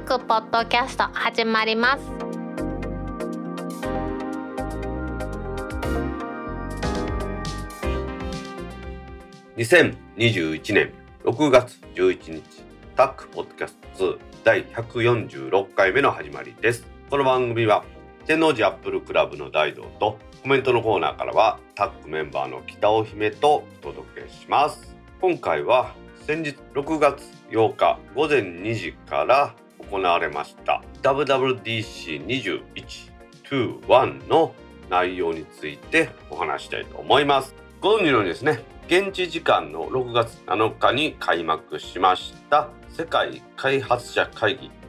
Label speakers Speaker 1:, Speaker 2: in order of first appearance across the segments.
Speaker 1: クポッドキャスト始まります。
Speaker 2: 2021年6月11日タックポッドキャスト2第146回目の始まりです。この番組は天王寺アップルクラブの大道とコメントのコーナーからはタックメンバーの北尾姫とお届けします。今回は先日6月8日午前2時から行われました WWDC21 の内容についてお話したいと思います。ご存知のようにですね、現地時間の6月7日に開幕しました世界開発者会議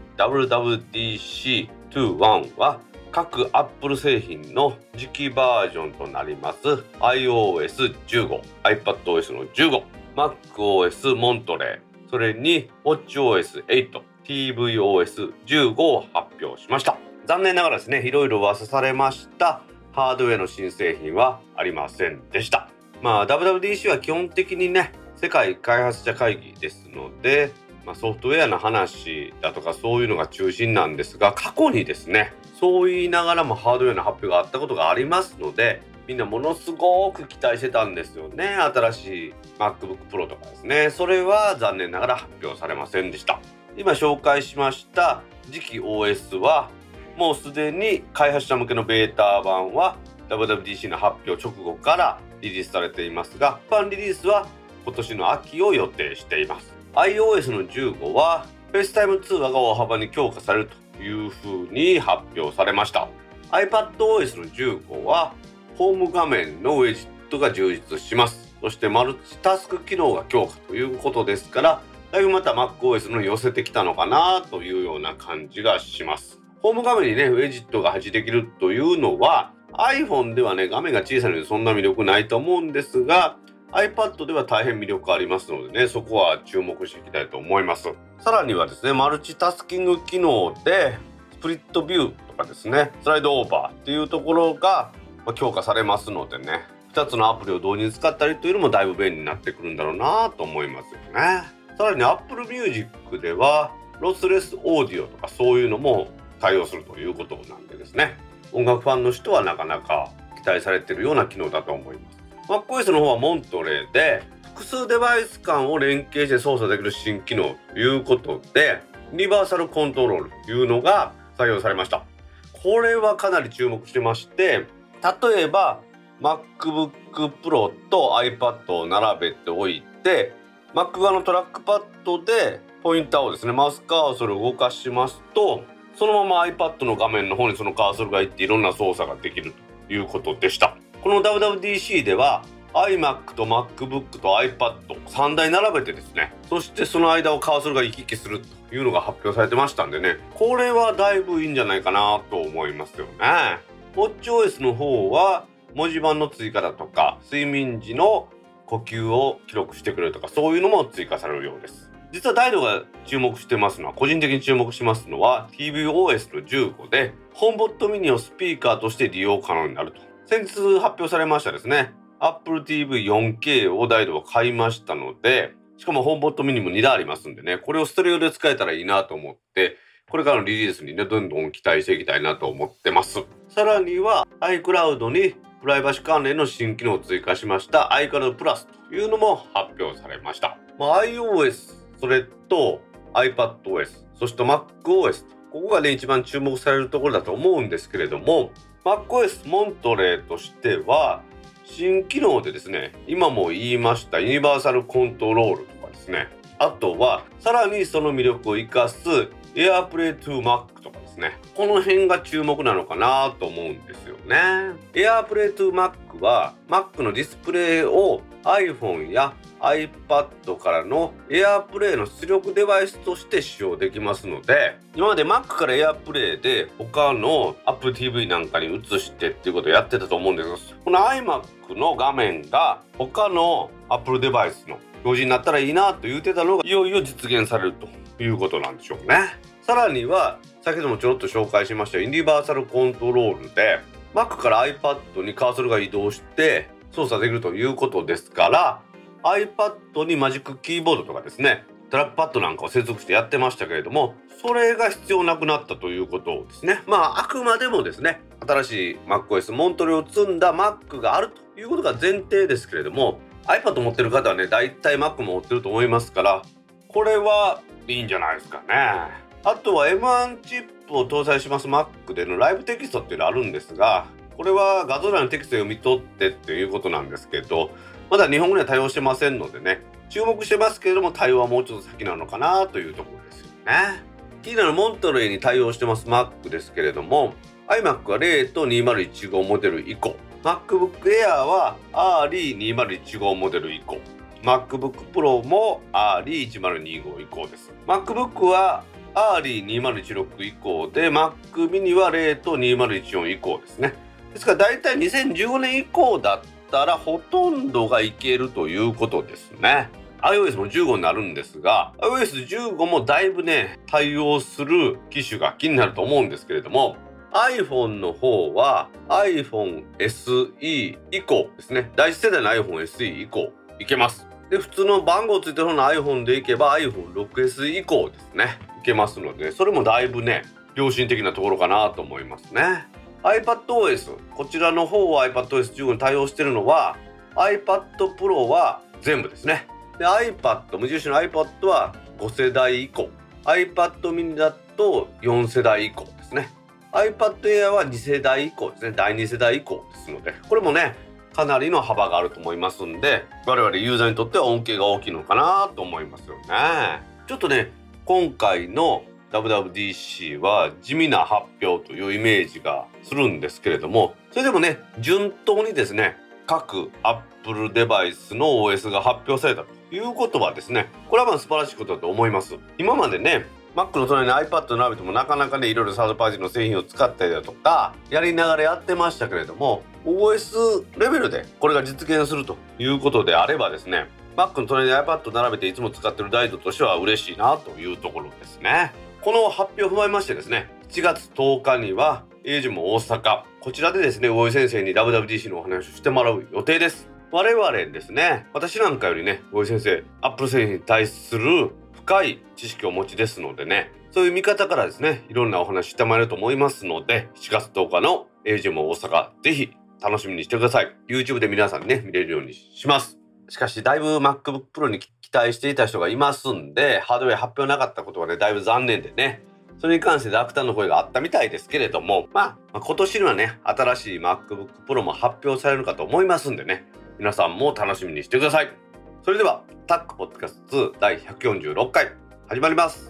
Speaker 2: WWDC21 は各 Apple 製品の次期バージョンとなります iOS15、iPadOS の15、MacOS モントレー、それに WatchOS8、tvOS15 を発表しました。残念ながらですね、いろいろ噂されましたハードウェアの新製品はありませんでした。WWDC は基本的にね、世界開発者会議ですので、ソフトウェアの話だとかそういうのが中心なんですが、過去にですね、そう言いながらもハードウェアの発表があったことがありますので、みんなものすごく期待してたんですよね。新しい MacBook Pro とかですね。それは残念ながら発表されませんでした。今紹介しました次期 OS はもうすでに開発者向けのベータ版は WWDC の発表直後からリリースされていますが、一般リリースは今年の秋を予定しています。 iOS の15は FaceTime 通話が大幅に強化されるというふうに発表されました。 iPadOS の15はホーム画面のウェジットが充実します。そしてマルチタスク機能が強化ということですから、だいぶまた MacOS の寄せてきたのかなというような感じがします。ホーム画面にね、ウェジットが配置できるというのは iPhone ではね、画面が小さいのでそんな魅力ないと思うんですが、 iPad では大変魅力ありますのでね、そこは注目していきたいと思います。さらにはですね、マルチタスキング機能でスプリットビューとかですね、スライドオーバーっていうところが強化されますのでね、2つのアプリを同時に使ったりというのもだいぶ便利になってくるんだろうなと思いますよね。さらに Apple Music ではロスレスオーディオとかそういうのも対応するということなんでですね、音楽ファンの人はなかなか期待されているような機能だと思います。 MacOS の方はモントレーで複数デバイス間を連携して操作できる新機能ということで、ユニバーサルコントロールというのが採用されました。これはかなり注目してまして、例えば MacBook Pro と iPad を並べておいて、 Mac 側のトラックパッドでポインターをですね、マウスカーソルを動かしますと、そのまま iPad の画面の方にそのカーソルがいっていろんな操作ができるということでした。この WWDC では iMac と MacBook と iPad3 台並べてですね、そしてその間をカーソルが行き来するというのが発表されてましたんでね、これはだいぶいいんじゃないかなと思いますよね。WatchOS の方は文字盤の追加だとか睡眠時の呼吸を記録してくれるとか、そういうのも追加されるようです。実は大道が注目してますのは、個人的に注目しますのは tvOS の15でホームボットミニをスピーカーとして利用可能になると先日発表されましたですね。 Apple TV 4K を大道は買いましたので、しかもホームボットミニも2台ありますんでね、これをステレオで使えたらいいなと思って、これからのリリースにね、どんどん期待していきたいなと思ってます。さらには iCloud にプライバシー関連の新機能を追加しました iCloud プラスというのも発表されました。iOS、それと iPadOS、そして MacOS、ここがね、一番注目されるところだと思うんですけれども、 MacOS モントレーとしては新機能でですね、今も言いましたユニバーサルコントロールとかですね、あとはさらにその魅力を生かす AirPlay to Mac とかですね、この辺が注目なのかなと思うんですよね。 AirPlay to Mac は Mac のディスプレイを iPhone や iPad からの AirPlay の出力デバイスとして使用できますので、今まで Mac から AirPlay で他の Apple TV なんかに移してっていうことをやってたと思うんですが、この iMac の画面が他の Apple デバイスの表示になったらいいなと言ってたのが、いよいよ実現されるということなんでしょうね。さらには先ほどもちょろっと紹介しましたユニバーサルコントロールで Mac から iPad にカーソルが移動して操作できるということですから、iPad にマジックキーボードとかですね、 トラックパッドなんかを接続してやってましたけれども、それが必要なくなったということですね。あくまでもですね、新しい MacOS モントレを積んだ Mac があるということが前提ですけれども、 iPad 持ってる方はね、だいたい Mac も持ってると思いますから、これはいいんじゃないですかね。あとは M1 チップを搭載します Mac でのライブテキストっていうのあるんですが、これは画像内のテキストを読み取ってっていうことなんですけど、まだ日本語には対応してませんのでね、注目してますけれども、対応はもうちょっと先なのかなというところですよね。気になるモントレーに対応してます Mac ですけれども、 iMac は0と2015モデル以降、 MacBook Air は RE2015 モデル以降、 MacBook Pro も RE1025 以降です。 MacBook は RE2016 以降で、 Mac mini は0と2014以降ですね。ですからだいたい2015年以降だったらほとんどがいけるということですね。iOS も15になるんですが、 iOS15 もだいぶね対応する機種が気になると思うんですけれども、 iPhone の方は iPhone SE 以降ですね。第一世代の iPhone SE 以降いけます。で、普通の番号ついてる方の iPhone でいけば iPhone6S 以降ですね、いけますので、それもだいぶね良心的なところかなと思いますね。iPadOS、 こちらの方は iPadOS15 に対応しているのは iPad Pro は全部ですね。で iPad、 無印の iPad は5世代以降、 iPad mini だと4世代以降ですね。 iPad Air は2世代以降ですね、第2世代以降ですので、これもねかなりの幅があると思いますんで、我々ユーザーにとっては恩恵が大きいのかなと思いますよね。ちょっとね、今回の WWDC は地味な発表というイメージがするんですけれども、それでもね順当にですね各 Apple デバイスの OS が発表されたということはですね、これは素晴らしいことだと思います。今までね Mac の隣に iPad 並べてもなかなかねいろいろサードパーティーの製品を使ったりだとかやりながらやってましたけれども、 OS レベルでこれが実現するということであればですね、 Mac の隣に iPad 並べていつも使ってる大統としては嬉しいなというところですね。この発表を踏まえましてですね、7月10日にはエイジも大阪、こちらでですね大井先生に WWDC のお話をしてもらう予定です。我々ですね、私なんかよりね大井先生 Apple 製品に対する深い知識をお持ちですのでね、そういう見方からですねいろんなお話してもらえると思いますので、7月10日のエイジも大阪ぜひ楽しみにしてください。 YouTube で皆さんね見れるようにします。しかしだいぶ MacBook Pro に期待していた人がいますんで、ハードウェア発表なかったことはねだいぶ残念でね、それに関して落胆の声があったみたいですけれども、今年にはね新しい MacBook Pro も発表されるかと思いますんでね、皆さんも楽しみにしてください。それではタックポッドキャスト2第146回始まります。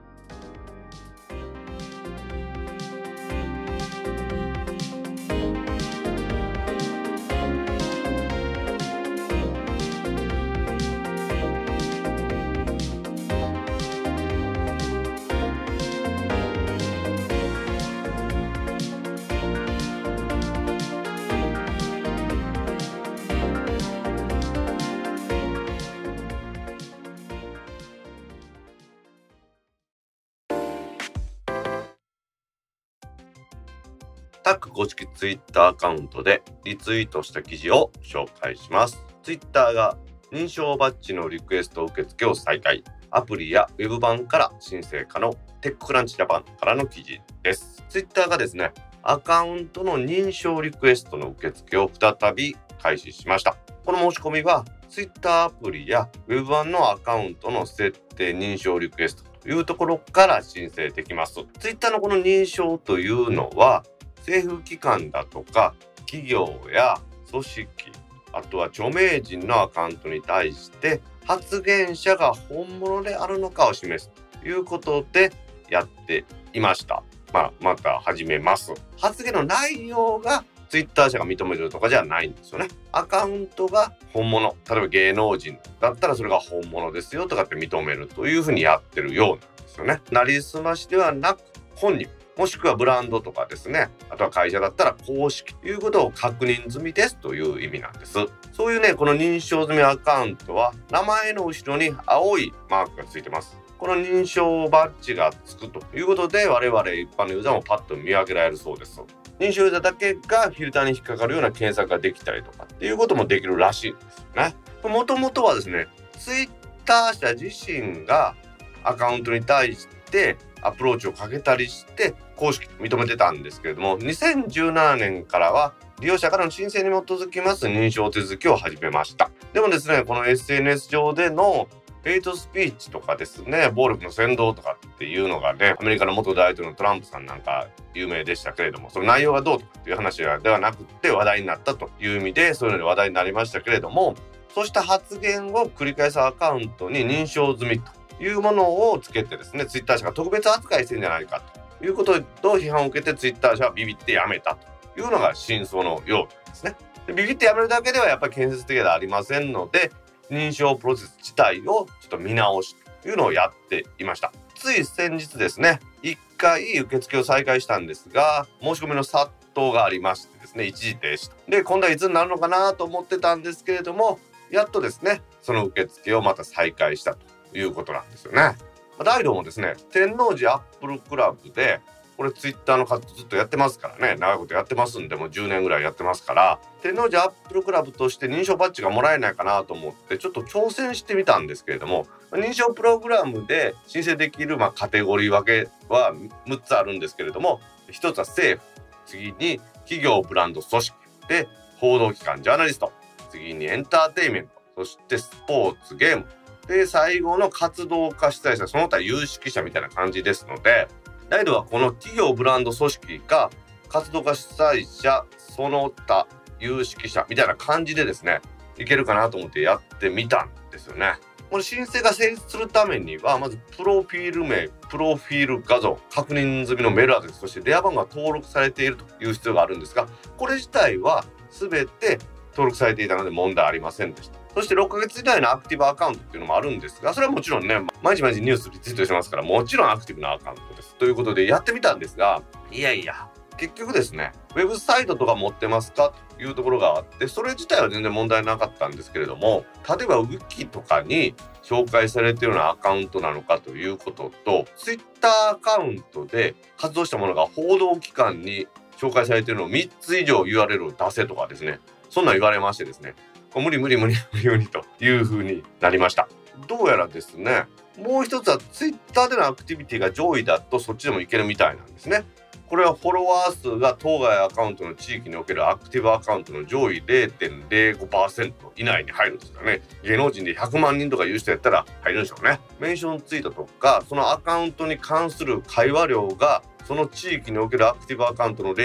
Speaker 2: タック公式ツイッターアカウントでリツイートした記事を紹介します。ツイッターが認証バッジのリクエスト受付を再開、アプリやウェブ版から申請可能、テッククランチジャパンからの記事です。ツイッターがですねアカウントの認証リクエストの受付を再び開始しました。この申し込みはツイッターアプリやウェブ版のアカウントの設定認証リクエストというところから申請できます。ツイッターのこの認証というのは政府機関だとか企業や組織、あとは著名人のアカウントに対して発言者が本物であるのかを示すということでやっていました。また始めます。発言の内容がツイッター社が認めてるとかじゃないんですよね。アカウントが本物、例えば芸能人だったらそれが本物ですよとかって認めるというふうにやってるようなんですよね。なりすましではなく本人、もしくはブランドとかですね、あとは会社だったら公式ということを確認済みですという意味なんです。そういうねこの認証済みアカウントは名前の後ろに青いマークがついてます。この認証バッジがつくということで我々一般のユーザーもパッと見分けられるそうです。認証ユーザーだけがフィルターに引っかかるような検索ができたりとかっていうこともできるらしいんですよね。もともとはですねツイッター社自身がアカウントに対してアプローチをかけたりして公式認めてたんですけれども、2017年からは利用者からの申請に基づきます認証手続きを始めました。でもですね、この SNS 上でのヘイトスピーチとかですね、暴力の扇動とかっていうのがね、アメリカの元大統領のトランプさんなんか有名でしたけれども、その内容がどうとかっていう話ではなくて話題になったという意味で、そういうので話題になりましたけれども、そうした発言を繰り返すアカウントに認証済みというものをつけてですね、ツイッター社が特別扱いしてるんじゃないかということと批判を受けて、ツイッター社はビビってやめたというのが真相のようですね。でビビってやめるだけではやっぱり建設的ではありませんので、認証プロセス自体をちょっと見直しというのをやっていました。つい先日ですね、1回受付を再開したんですが、申し込みの殺到がありましてですね、一時停止と。で、今度はいつになるのかなと思ってたんですけれども、やっとですね、その受付をまた再開したということなんですよね。大道もですね、天王寺アップルクラブで、これツイッターの活動ずっとやってますからね、長いことやってますんで、もう10年ぐらいやってますから、天王寺アップルクラブとして認証バッジがもらえないかなと思ってちょっと挑戦してみたんですけれども、認証プログラムで申請できるカテゴリー分けは6つあるんですけれども、1つは政府、次に企業ブランド組織で報道機関ジャーナリスト、次にエンターテインメント、そしてスポーツゲームで、最後の活動家主催者、その他有識者みたいな感じですので、大道はこの企業ブランド組織か活動家主催者、その他有識者みたいな感じでですね、いけるかなと思ってやってみたんですよね。これ申請が成立するためには、まずプロフィール名、プロフィール画像、確認済みのメールアドレス、そして電話番号が登録されているという必要があるんですが、これ自体は全て登録されていたので問題ありませんでした。そして6ヶ月以内のアクティブアカウントっていうのもあるんですが、それはもちろんね、毎日ニュースリツイートしてますから、もちろんアクティブなアカウントです。ということでやってみたんですが、結局ですね、ウェブサイトとか持ってますかというところがあって、それ自体は全然問題なかったんですけれども、例えばウィキとかに紹介されているようなアカウントなのかということと、ツイッターアカウントで活動したものが報道機関に紹介されているのを3つ以上 URL を出せとかですね、そんなん言われましてですね、無理という風になりました。どうやらですね、もう一つはツイッターでのアクティビティが上位だとそっちでもいけるみたいなんですね。これはフォロワー数が当該アカウントの地域におけるアクティブアカウントの上位 0.05% 以内に入るんですよね。芸能人で100万人とかいう人やったら入るんでしょうね。メンションツイートとかそのアカウントに関する会話量がその地域におけるアクティブアカウントの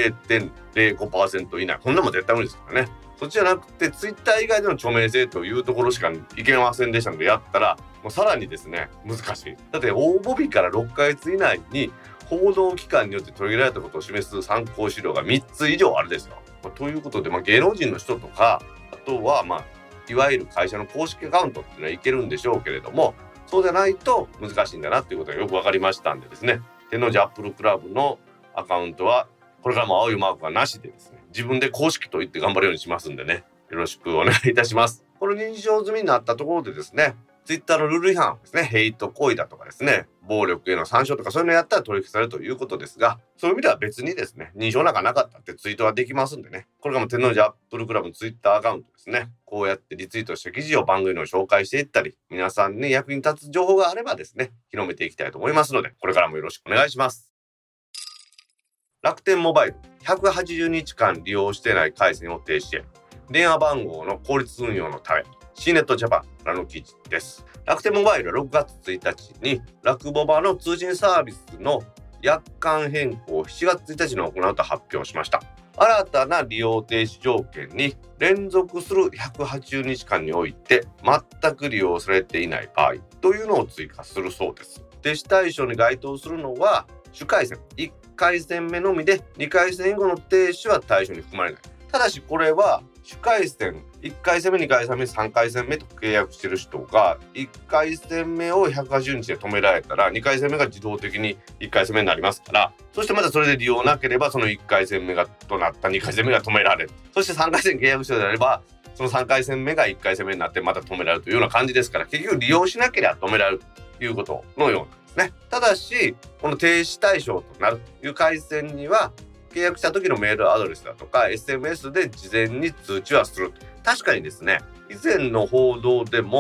Speaker 2: 0.05% 以内、こんなもん絶対無理ですからね。そっちじゃなくてツイッター以外での著名性というところしかいけませんでしたので、やったらもうさらにですね難しい。だって応募日から6ヶ月以内に報道機関によって取り入れられたことを示す参考資料が3つ以上あるですよ。ということで、芸能人の人とか、あとはいわゆる会社の公式アカウントっていうのはいけるんでしょうけれども、そうじゃないと難しいんだなっていうことがよく分かりましたんでですね、天王寺アップルクラブのアカウントはこれからも青いマークはなしでですね、自分で公式と言って頑張るようにしますんでね、よろしくお願いいたします。この認証済みになったところでですね、ツイッターのルール違反ですね、ヘイト行為だとかですね、暴力への参照とかそういうのやったら取引されるということですが、そういう意味では別にですね、認証なんかなかったってツイートはできますんでね、これからも天王寺アップルクラブのツイッターアカウントですね、こうやってリツイートした記事を番組の紹介していったり、皆さんに役に立つ情報があればですね、広めていきたいと思いますので、これからもよろしくお願いします。楽天モバイル、180日間利用していない回線を停止へ、電話番号の効率運用のため、C ネットジャパンからの記事です。楽天モバイルは6月1日にラクボバの通信サービスの約款変更を7月1日に行うと発表しました。新たな利用停止条件に連続する180日間において全く利用されていない場合というのを追加するそうです。停止対象に該当するのは主回線1回線目のみで、2回線以後の停止は対象に含まれない。ただしこれは主回線1回線目2回線目3回線目と契約している人が1回線目を180日で止められたら2回線目が自動的に1回線目になりますから、そしてまたそれで利用なければその1回線目がとなった2回線目が止められる。そして3回線契約してであればその3回線目が1回線目になってまた止められるというような感じですから、結局利用しなければ止められるということのようなんですね。ただしこの停止対象となるという回線には契約した時のメールアドレスだとか SMS で事前に通知はする。確かにですね、以前の報道でも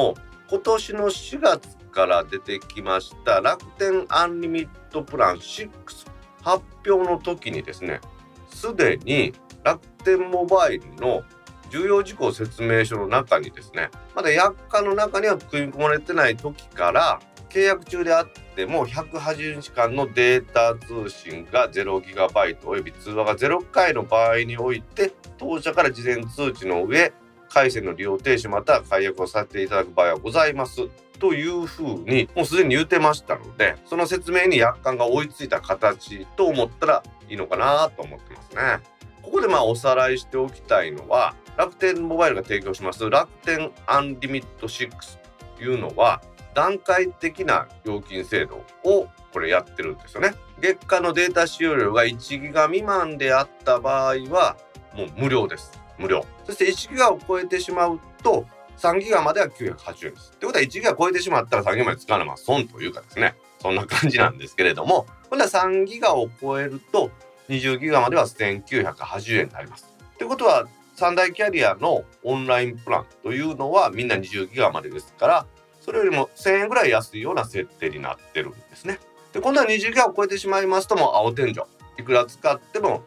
Speaker 2: 今年の4月から出てきました楽天アンリミットプラン6発表の時にですね、すでに楽天モバイルの重要事項説明書の中にですね、まだ約款の中には組み込まれてない時から契約中であっても180日間のデータ通信が 0GB および通話が0回の場合において当社から事前通知の上回線の利用停止または解約をさせていただく場合はございますというふうにもうすでに言ってましたので、その説明に約款が追いついた形と思ったらいいのかなと思ってますね。ここでおさらいしておきたいのは、楽天モバイルが提供します楽天アンリミット6というのは段階的な料金制度をこれやってるんですよね。月間のデータ使用量が1ギガ未満であった場合はもう無料です。無料。そして1ギガを超えてしまうと3ギガまでは980円です。ということは1ギガ超えてしまったら3ギガまで使うのは損というかですね、そんな感じなんですけれども、今度は3ギガを超えると20ギガまでは1980円になります。ということは3大キャリアのオンラインプランというのはみんな20ギガまでですから、それよりも1000円ぐらい安いような設定になってるんですね。で、今度は20ギガを超えてしまいますともう青天井、いくら使っても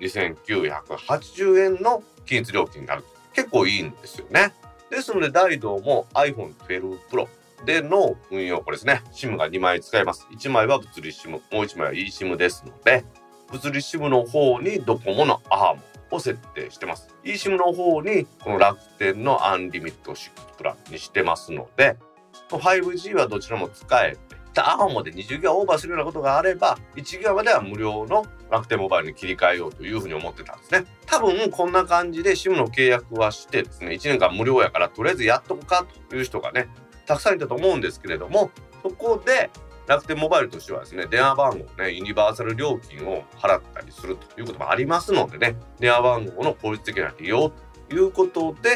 Speaker 2: 2980円の均一料金になる。結構いいんですよね。ですので大道も iPhone12 Pro での運用、これですね、 SIM が2枚使えます。1枚は物理 SIM、もう1枚は eSIM ですので、物理 SIM の方にドコモの ARMを設定してます。eSIM の方にこの楽天のアンリミット6プランにしてますので、5G はどちらも使えて、ARM で20ギガオーバーするようなことがあれば1ギガまでは無料の楽天モバイルに切り替えようというふうに思ってたんですね。多分こんな感じで SIM の契約はしてですね、1年間無料やからとりあえずやっとくかという人がねたくさんいたと思うんですけれども、そこで楽天モバイルとしてはですね、電話番号ね、ユニバーサル料金を払ったりするということもありますのでね、電話番号の効率的な利用ということで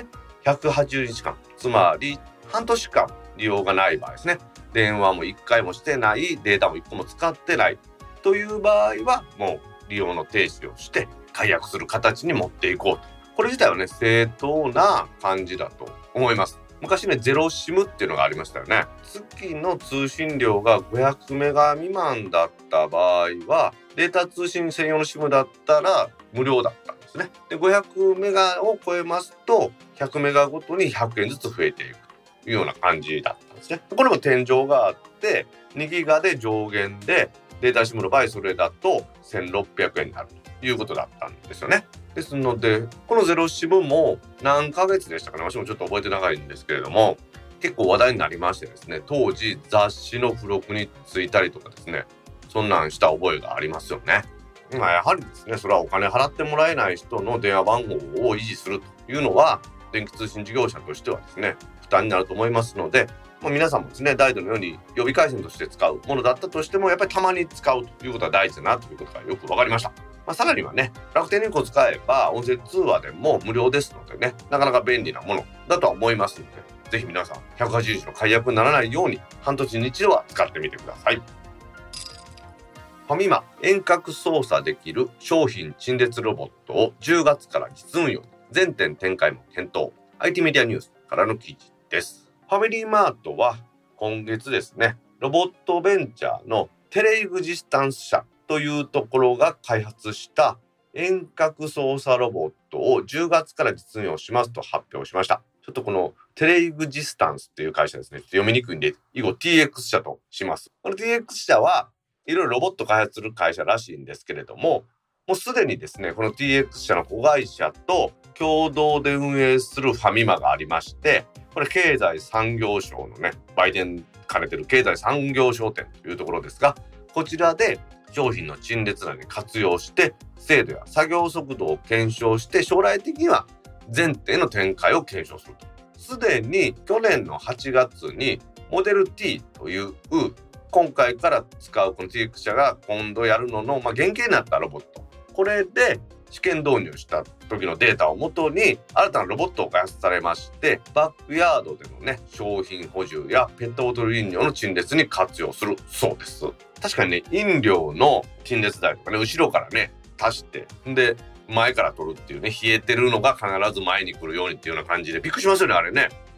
Speaker 2: 180日間、つまり半年間利用がない場合ですね、電話も1回もしてない、データも1個も使ってないという場合はもう利用の停止をして解約する形に持っていこうと。これ自体はね正当な感じだと思います。昔ねゼロシムっていうのがありましたよね。月の通信量が500メガ未満だった場合はデータ通信専用の SIM だったら無料だったんですね。で500メガを超えますと100メガごとに100円ずつ増えていくというような感じだったんですね。これも天井があって2ギガで上限で、データ SIM の場合それだと1600円になるということだったんですよね。ですのでこのゼロシムも何ヶ月でしたかね、私もちょっと覚えてないんですけれども、結構話題になりましてですね、当時雑誌の付録についたりとかですね、そんなんした覚えがありますよね。やはりですね、それはお金払ってもらえない人の電話番号を維持するというのは電気通信事業者としてはですね負担になると思いますので、皆さんもですね大道のように予備回線として使うものだったとしてもやっぱりたまに使うということは大事だなということがよく分かりました。さらにはね、楽天リンクを使えば音声通話でも無料ですのでね、なかなか便利なものだとは思いますので、ぜひ皆さん180日の解約にならないように半年に一度は使ってみてください。ファミマ遠隔操作できる商品陳列ロボットを10月から実運用、全店展開も検討。 IT メディアニュースからの記事です。ファミリーマートは今月ですね、ロボットベンチャーのテレエグジスタンス社というところが開発した遠隔操作ロボットを10月から実運用しますと発表しました。ちょっとこのテレエグジスタンスっていう会社ですね、ちょっと読みにくいんで以後 TX 社とします。この TX 社はいろいろロボット開発する会社らしいんですけれども、もうすでにですねこの TX 社の子会社と共同で運営するファミマがありまして、これ経済産業省のね売店兼ねてる経済産業省店というところですが、こちらで商品の陳列欄に活用して精度や作業速度を検証して将来的には全店の展開を検証すると。すでに去年の8月にモデル T という今回から使うこの TX 社が今度やるのの、原型になったロボット、これで試験導入した時のデータをもとに新たなロボットを開発されまして、バックヤードでのね商品補充やペットボトル飲料の陳列に活用するそうです。確かにね、飲料の陳列台とかね後ろからね足してで前から取るっていうね、冷えてるのが必ず前に来るようにっていうような感じでびっくりしますよね、あれね。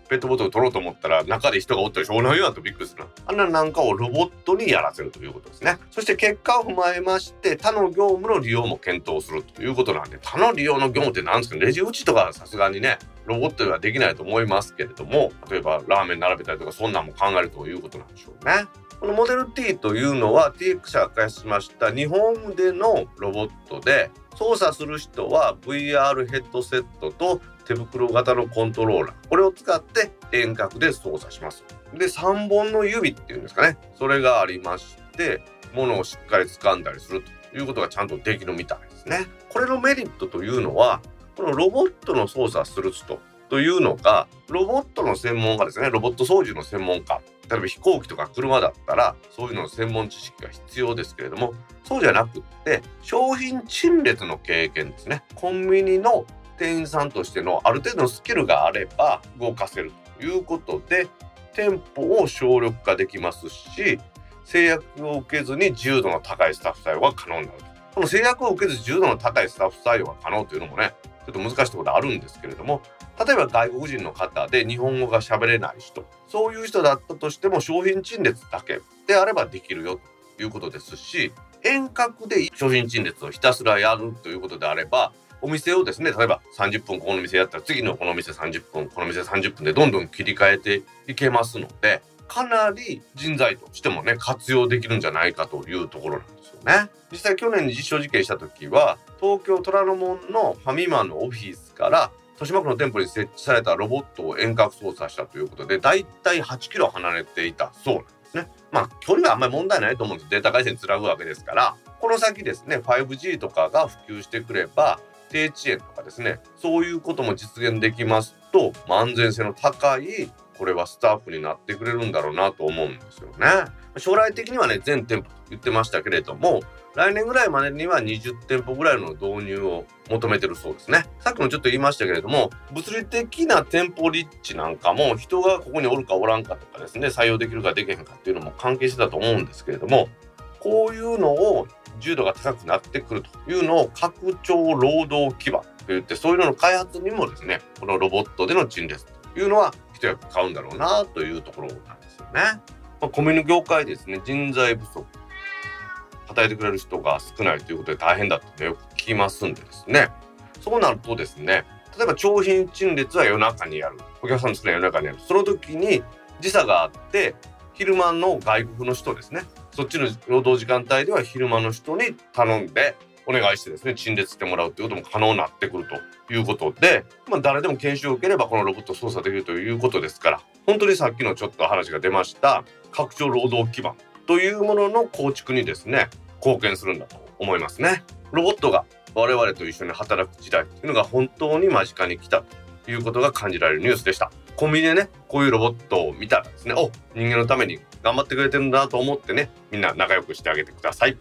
Speaker 2: ペットボトル取ろうと思ったら中で人がおったりしょうがないやとびっくりするな。あんななんかをロボットにやらせるということですね。そして結果を踏まえまして他の業務の利用も検討するということなんで、他の利用の業務って何ですかね。レジ打ちとかはさすがにねロボットではできないと思いますけれども、例えばラーメン並べたりとかそんなんも考えるということなんでしょうね。このモデル T というのは TX 社が開発しました日本でのロボットで、操作する人は VR ヘッドセットと手袋型のコントローラー、これを使って遠隔で操作します。で3本の指っていうんですかね、それがありまして物をしっかり掴んだりするということがちゃんとできるみたいですね。これのメリットというのは、このロボットの操作する人というのがロボットの専門家ですね、ロボット操縦の専門家、例えば飛行機とか車だったらそういうのの専門知識が必要ですけれども、そうじゃなくって商品陳列の経験ですね。コンビニの店員さんとしてのある程度のスキルがあれば動かせるということで、店舗を省力化できますし、制約を受けずに自由度の高いスタッフ採用が可能になると。この制約を受けず自由度の高いスタッフ採用が可能というのもね、ちょっと難しいところであるんですけれども、例えば外国人の方で日本語が喋れない人、そういう人だったとしても商品陳列だけであればできるよということですし、遠隔で商品陳列をひたすらやるということであれば、お店をですね、例えば30分この店やったら次のこの店30分、この店30分でどんどん切り替えていけますので、かなり人材としてもね活用できるんじゃないかというところなんですよね。実際去年に実証実験した時は東京虎ノ門のファミマのオフィスから豊島区の店舗に設置されたロボットを遠隔操作したということで、だいたい8キロ離れていたそうなんですね。距離はあんまり問題ないと思うんです。データ回線つなぐわけですから、この先ですね 5G とかが普及してくれば低遅延とかですね、そういうことも実現できますと、安全性の高いこれはスタッフになってくれるんだろうなと思うんですよね。将来的にはね全店舗と言ってましたけれども、来年ぐらいまでには20店舗ぐらいの導入を求めてるそうですね。さっきもちょっと言いましたけれども、物理的な店舗立地なんかも人がここにおるかおらんかとかですね、採用できるかできへんかっていうのも関係してたと思うんですけれども、こういうのを自由度が高くなってくるというのを拡張労働基盤といって、そういうのの開発にもですねこのロボットでの陳列というのは一役買うんだろうなというところなんですよね。コンビニ業界ですね、人材不足、働いてくれる人が少ないということで大変だとよく聞きますんでですね、そうなるとですね、例えば商品陳列は夜中にやる、お客さんの少ない夜中にやる、その時に時差があって昼間の外国の人ですね、そっちの労働時間帯では昼間の人に頼んでお願いしてですね陳列してもらうということも可能になってくるということで、誰でも研修を受ければこのロボットを操作できるということですから、本当にさっきのちょっと話が出ました拡張労働基盤というものの構築にですね貢献するんだと思いますね。ロボットが我々と一緒に働く時代というのが本当に間近に来たということが感じられるニュースでした。コンビニでねこういうロボットを見たらですね、人間のために頑張ってくれてるんだなと思ってね、みんな仲良くしてあげてください。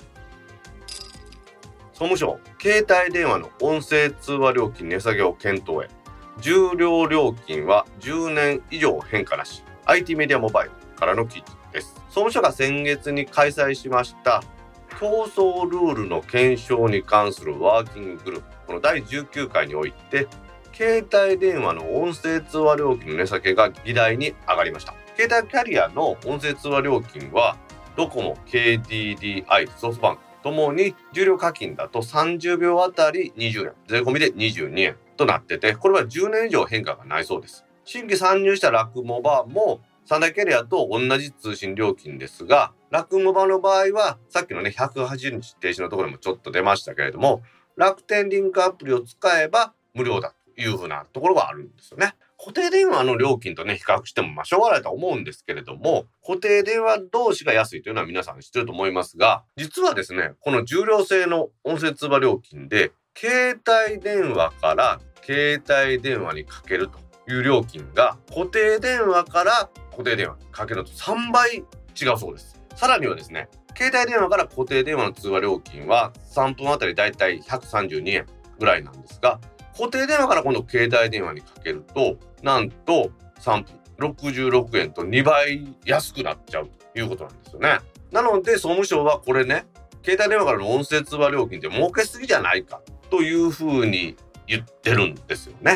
Speaker 2: 総務省、携帯電話の音声通話料金値下げを検討へ。従量料金は10年以上変化なし。 IT メディアモバイルからの記事です。総務省が先月に開催しました競争ルールの検証に関するワーキンググループ、この第19回において携帯電話の音声通話料金の値下げが議題に上がりました。携帯キャリアの音声通話料金はドコモ、KDDI、ソフトバンクともに重量課金だと30秒あたり20円、税込みで22円となってて、これは10年以上変化がないそうです。新規参入したラクモバも三大キャリアと同じ通信料金ですが、ラクモバの場合はさっきのね180日停止のところでもちょっと出ましたけれども、楽天リンクアプリを使えば無料だというふうなところがあるんですよね。固定電話の料金とね比較してもしょうがないと思うんですけれども、固定電話同士が安いというのは皆さん知ってると思いますが、実はですねこの重量制の音声通話料金で携帯電話から携帯電話にかけるという料金が固定電話から固定電話にかけると3倍違うそうです。さらにはですね、携帯電話から固定電話の通話料金は3分あたりだいたい132円ぐらいなんですが、固定電話から今度携帯電話にかけるとなんと3分66円と2倍安くなっちゃうということなんですよね。なので総務省はこれね、携帯電話からの音声通話料金って儲けすぎじゃないかというふうに言ってるんですよね。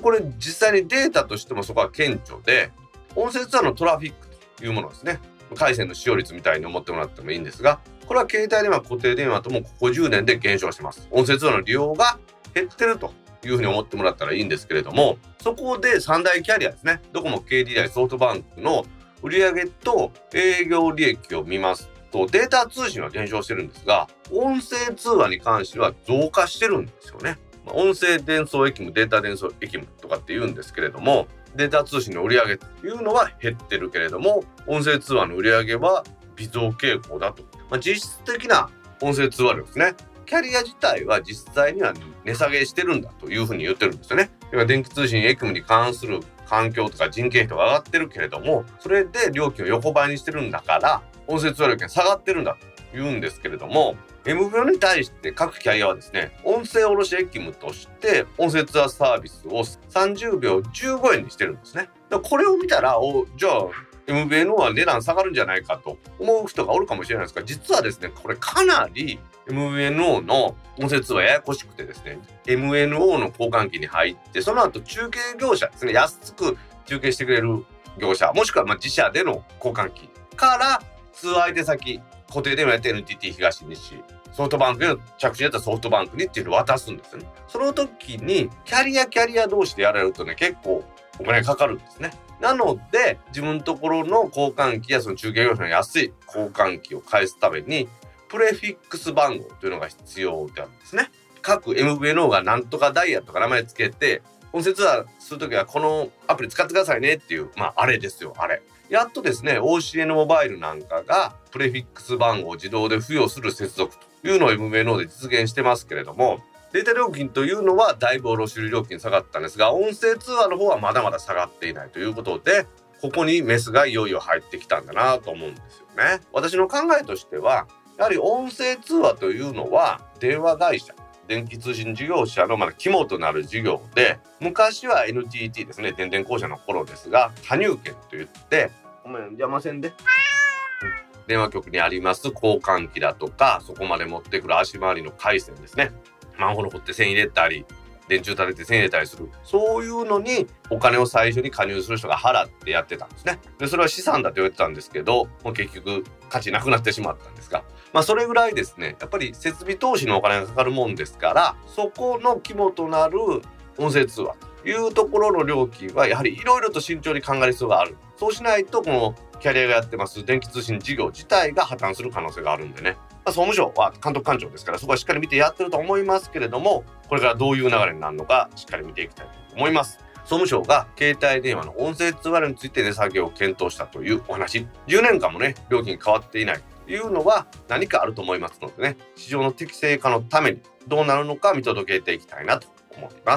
Speaker 2: これ実際にデータとしてもそこは顕著で、音声通話のトラフィックというものですね、回線の使用率みたいに思ってもらってもいいんですが、これは携帯電話固定電話ともここ10年で減少してます。音声通話の利用が減ってるというふうに思ってもらったらいいんですけれども、そこで3大キャリアですね、ドコモ、KDDI、ソフトバンクの売上と営業利益を見ますと、データ通信は減少してるんですが、音声通話に関しては増加してるんですよね。音声伝送益務、データ伝送益務とかって言うんですけれども、データ通信の売上というのは減ってるけれども、音声通話の売上は微増傾向だと。実質的な音声通話量ですね。キャリア自体は実際には値下げしてるんだというふうに言ってるんですよね。電気通信益務に関する環境とか人件費が上がってるけれども、それで料金を横ばいにしてるんだから、音声通話料金下がってるんだと言うんですけれども、MVNO に対して各キャリアはですね、音声卸益務として音声通話サービスを30秒15円にしてるんですね。だからこれを見たら、じゃあ MVNO は値段下がるんじゃないかと思う人がおるかもしれないですが、実はですね、これかなり MVNO の音声通話ややこしくてですね、MNO の交換機に入って、その後中継業者ですね、安く中継してくれる業者、もしくは自社での交換機から通話相手先、固定電話やって NTT 東西、ソフトバンクの着信やったらソフトバンクにっていうのを渡すんですよね。その時にキャリア同士でやられるとね、結構お金かかるんですね。なので自分のところの交換機やその中継業者の安い交換機を返すためにプレフィックス番号というのが必要であるんですね。各 MVNO がなんとかダイヤとか名前つけて、音声通話するときはこのアプリ使ってくださいねっていう、あれですよ、あれ。やっとですね、OCN モバイルなんかがプレフィックス番号を自動で付与する接続というのを MVNO で実現してますけれども、データ料金というのはだいぶ卸売料金下がったんですが、音声通話の方はまだまだ下がっていないということで、ここにメスがいよいよ入ってきたんだなと思うんですよね。私の考えとしては、やはり音声通話というのは電話会社、電気通信事業者の肝となる事業で、昔は NTT ですね、電電公社の頃ですが、加入権といって、ごめん邪魔せんで、電話局にあります交換機だとか、そこまで持ってくる足回りの回線ですね、マンホール掘って線入れたり電柱垂れて線入れたりする、そういうのにお金を最初に加入する人が払ってやってたんですね。でそれは資産だと言われてたんですけど、もう結局価値なくなってしまったんですが、それぐらいですね、やっぱり設備投資のお金がかかるもんですから、そこの肝となる音声通話というところの料金はやはりいろいろと慎重に考える必要がある。そうしないとこのキャリアがやってます電気通信事業自体が破綻する可能性があるんでね、総務省は監督官庁ですから、そこはしっかり見てやってると思いますけれども、これからどういう流れになるのかしっかり見ていきたいと思います。総務省が携帯電話の音声通話料について値下げを検討したというお話、10年間もね料金変わっていないというのは何かあると思いますのでね、市場の適正化のためにどうなるのか見届けていきたいなと思います。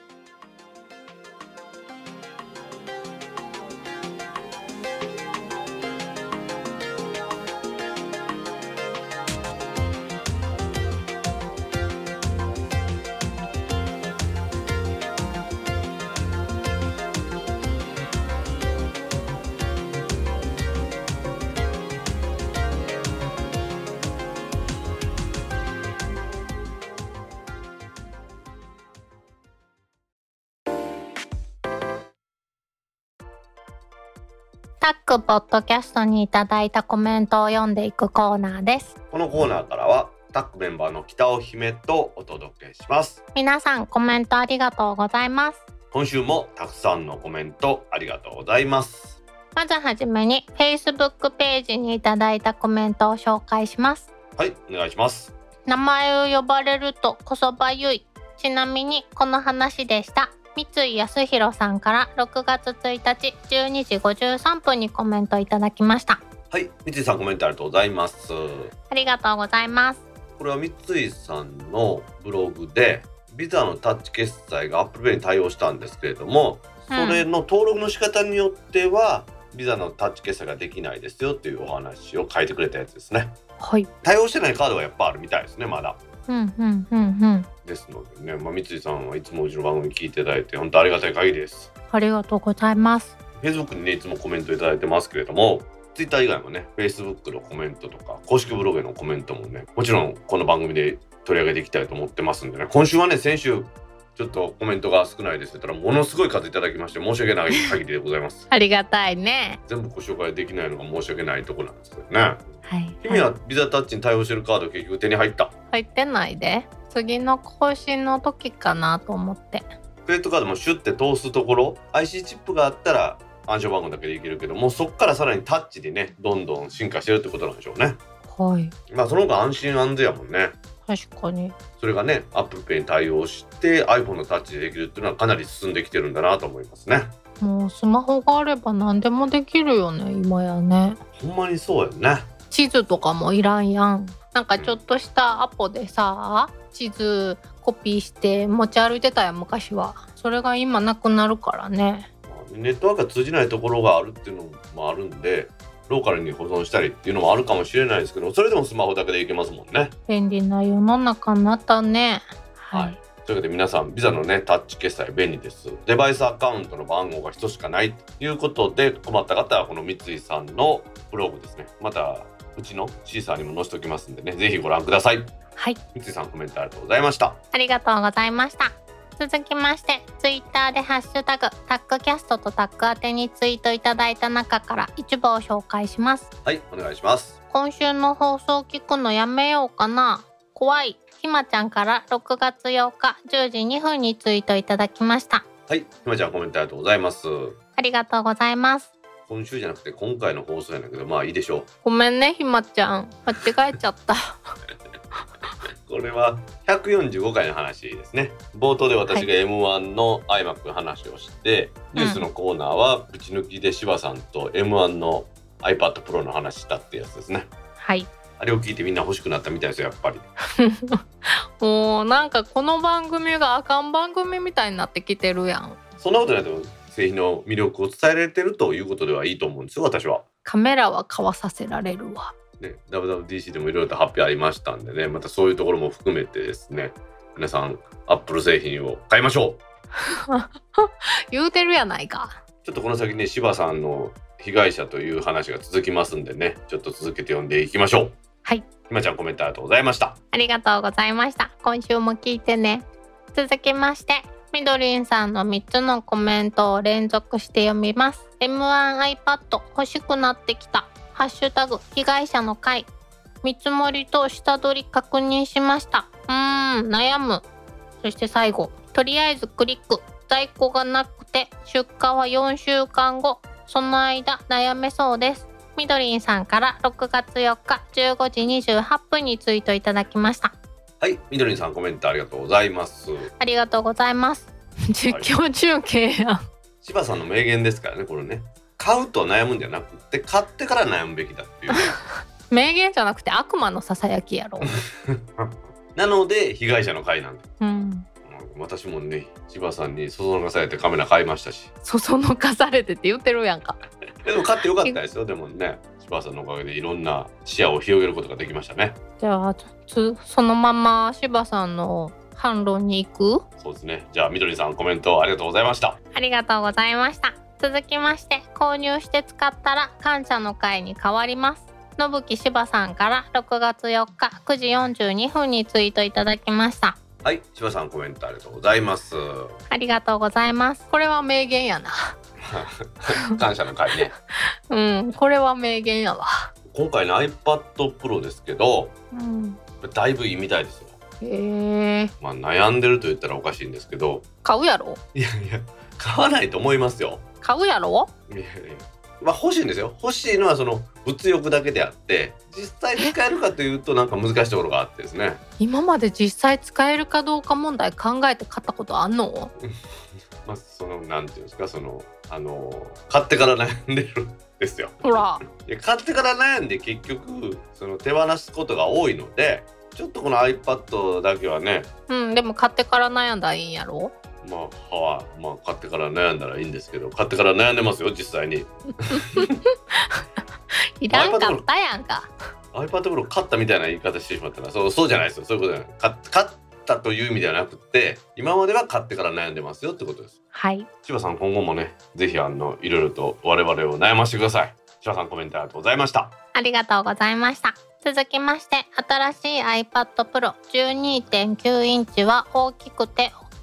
Speaker 1: タックポッドキャストにいただいたコメントを読んでいくコーナーです。
Speaker 2: このコーナーからはタックメンバーの北尾姫とお届けします。
Speaker 1: 皆さんコメントありがとうございます。
Speaker 2: 今週もたくさんのコメントありがとうございます。
Speaker 1: まずはじめに Facebook ページにいただいたコメントを紹介します。
Speaker 2: はい、お願いします。
Speaker 1: 名前を呼ばれるとこそばゆい。ちなみにこの話でした。三井康弘さんから6月1日12時53分にコメントいただきました。
Speaker 2: はい、三井さんコメントありがとうございます。
Speaker 1: ありがとうございます。
Speaker 2: これは三井さんのブログでビザのタッチ決済が Apple Pay に対応したんですけれども、それの登録の仕方によってはビザのタッチ決済ができないですよっていうお話を書いてくれたやつですね。
Speaker 1: はい。
Speaker 2: 対応してないカードはやっぱあるみたいですね、まだ。ですのでね、三井さんはいつもうちの番組聞いていただいて本当ありがたい限りです。
Speaker 1: ありがとうございます。
Speaker 2: Facebook にねいつもコメントいただいてますけれども、 Twitter 以外もね Facebook のコメントとか公式ブログへのコメントもね、もちろんこの番組で取り上げていきたいと思ってますんでね、今週はね先週ちょっとコメントが少ないですって言ったらものすごい数いただきまして申し訳ない限りでございます
Speaker 1: ありがたいね。
Speaker 2: 全部ご紹介できないのが申し訳ないところなんですけどね。
Speaker 1: はい、
Speaker 2: 君はビザタッチに対応してるカード結局手に入った？
Speaker 1: 入ってないで、次の更新の時かなと思って。
Speaker 2: クレジットカードもシュッて通すところ IC チップがあったら暗証番号だけでいけるけども、そっからさらにタッチでねどんどん進化してるってことなんでしょうね。
Speaker 1: はい、
Speaker 2: まあその方が安心安全やもんね。
Speaker 1: 確かに。
Speaker 2: それがね Apple Pay に対応して iPhone のタッチでできるっていうのはかなり進んできてるんだなと思いますね。
Speaker 1: もうスマホがあれば何でもできるよね今やね。
Speaker 2: ほんまにそうやね。
Speaker 1: 地図とかもいらんやん。なんかちょっとしたアポでさ、地図コピーして持ち歩いてたやん昔は。それが今なくなるからね。
Speaker 2: ネットワークが通じないところがあるっていうのもあるんでローカルに保存したりっていうのもあるかもしれないですけど、それでもスマホだけでいけますもんね。
Speaker 1: 便利な世の中になったね。
Speaker 2: はい、というわけで皆さんビザのねタッチ決済便利です。デバイスアカウントの番号が1つしかないということで困った方はこの三井さんのブログですね、またうちのシーサーにも載せておきますんでね、ぜひご覧ください。
Speaker 1: はい、
Speaker 2: 三井さんコメントありがとうございました。
Speaker 1: ありがとうございました。続きましてツイッターでハッシュタグタックキャストとタック宛てにツイートいただいた中から一部を紹介します。
Speaker 2: はい、お願いします。
Speaker 1: 今週の放送聞くのやめようかな、怖い。ひまちゃんから6月8日10時2分にツイートいただきました。
Speaker 2: はい、ひまちゃんコメントありがとうございます。
Speaker 1: ありがとうございます。
Speaker 2: 今週じゃなくて今回の放送やんだけどまあいいでしょう。
Speaker 1: ごめんねひまちゃん、間違えちゃった
Speaker 2: これは145回の話ですね。冒頭で私が M1 の iMac の話をして、ニュースのコーナーはぶち抜きで柴さんと M1 の iPad Pro の話したってやつですね。
Speaker 1: はい、
Speaker 2: あれを聞いてみんな欲しくなったみたいですよやっぱり
Speaker 1: もうなんかこの番組があかん番組みたいになってきてるやん。
Speaker 2: そんなことないと製品の魅力を伝えられてるということではいいと思うんですよ私は。
Speaker 1: カメラは買わさせられるわ
Speaker 2: ね、WWDC でもいろいろと発表ありましたんでね、またそういうところも含めてですね、皆さん Apple 製品を買いましょう
Speaker 1: 言うてるやないか。
Speaker 2: ちょっとこの先ね柴さんの被害者という話が続きますんでね、ちょっと続けて読んでいきましょう。
Speaker 1: はい、
Speaker 2: ひまちゃんコメントありがとうございました。
Speaker 1: ありがとうございました。今週も聞いてね。続きましてみどりんさんの3つのコメントを連続して読みます。 M1 iPad 欲しくなってきた、ハッシュタグ被害者の会、見積もりと下取り確認しました、悩む。そして最後、とりあえずクリック、在庫がなくて出荷は4週間後、その間悩めそうです。みどりんさんから6月4日15時28分にツイートいただきました。
Speaker 2: はい、みどりんさんコメントありがとうございます。
Speaker 1: ありがとうございます。実況中継やん。
Speaker 2: 柴さんの名言ですからねこれね。買うと悩むんじゃなくて買ってから悩むべきだっていう
Speaker 1: 名言じゃなくて悪魔のささやきやろ
Speaker 2: なので被害者の会なんで、
Speaker 1: 私
Speaker 2: もね柴さんにそそのかされてカメラ買いましたし。
Speaker 1: そそのかされてって言ってるやんか
Speaker 2: でも買ってよかったですよ。でもね柴さんのおかげでいろんな視野を広げることができましたね。
Speaker 1: じゃあそのまま柴さんの反論に行く？
Speaker 2: そうですね。じゃあみどりさんコメントありがとうございました。
Speaker 1: ありがとうございました。続きまして購入して使ったら感謝の会に変わります。のぶきしばさんから6月4日9時42分にツイートいただきました。
Speaker 2: はい、しばさんコメントありがとうございます。
Speaker 1: ありがとうございます。これは名言やな
Speaker 2: 感謝の会ね
Speaker 1: これは名言やわ。
Speaker 2: 今回の iPad Pro ですけど、だいぶいいみたいですよ。悩んでると言ったらおかしいんですけど、
Speaker 1: 買うやろ？
Speaker 2: いや買わないと思いますよ。
Speaker 1: 買うやろ？
Speaker 2: 欲しいんですよ。欲しいのはその物欲だけであって実際使えるかというとなんか難しいところがあってですね。
Speaker 1: 今まで実際使えるかどうか問題考えて買ったことあんの？
Speaker 2: そのなんていうんですか、買ってから悩んでるんですよ。
Speaker 1: ほら
Speaker 2: 買ってから悩んで結局その手放すことが多いので、ちょっとこの iPad だけはね。
Speaker 1: でも買ってから悩んだらいいんやろ？
Speaker 2: 買ってから悩んだらいいんですけど、買ってから悩んでますよ実際に
Speaker 1: いらんかったやんか。
Speaker 2: iPad Pro 買ったみたいな言い方してしまったらそうじゃないですよ。そういうことじゃない。買ったという意味ではなくて、今までは買ってから悩んでますよってことです。
Speaker 1: はい。
Speaker 2: 千葉さん今後もねぜひいろいろと我々を悩ましてください。千葉さんコメントありがとうございました。
Speaker 1: ありがとうございました。続きまして新しい iPad Pro 12.9 インチは大きくて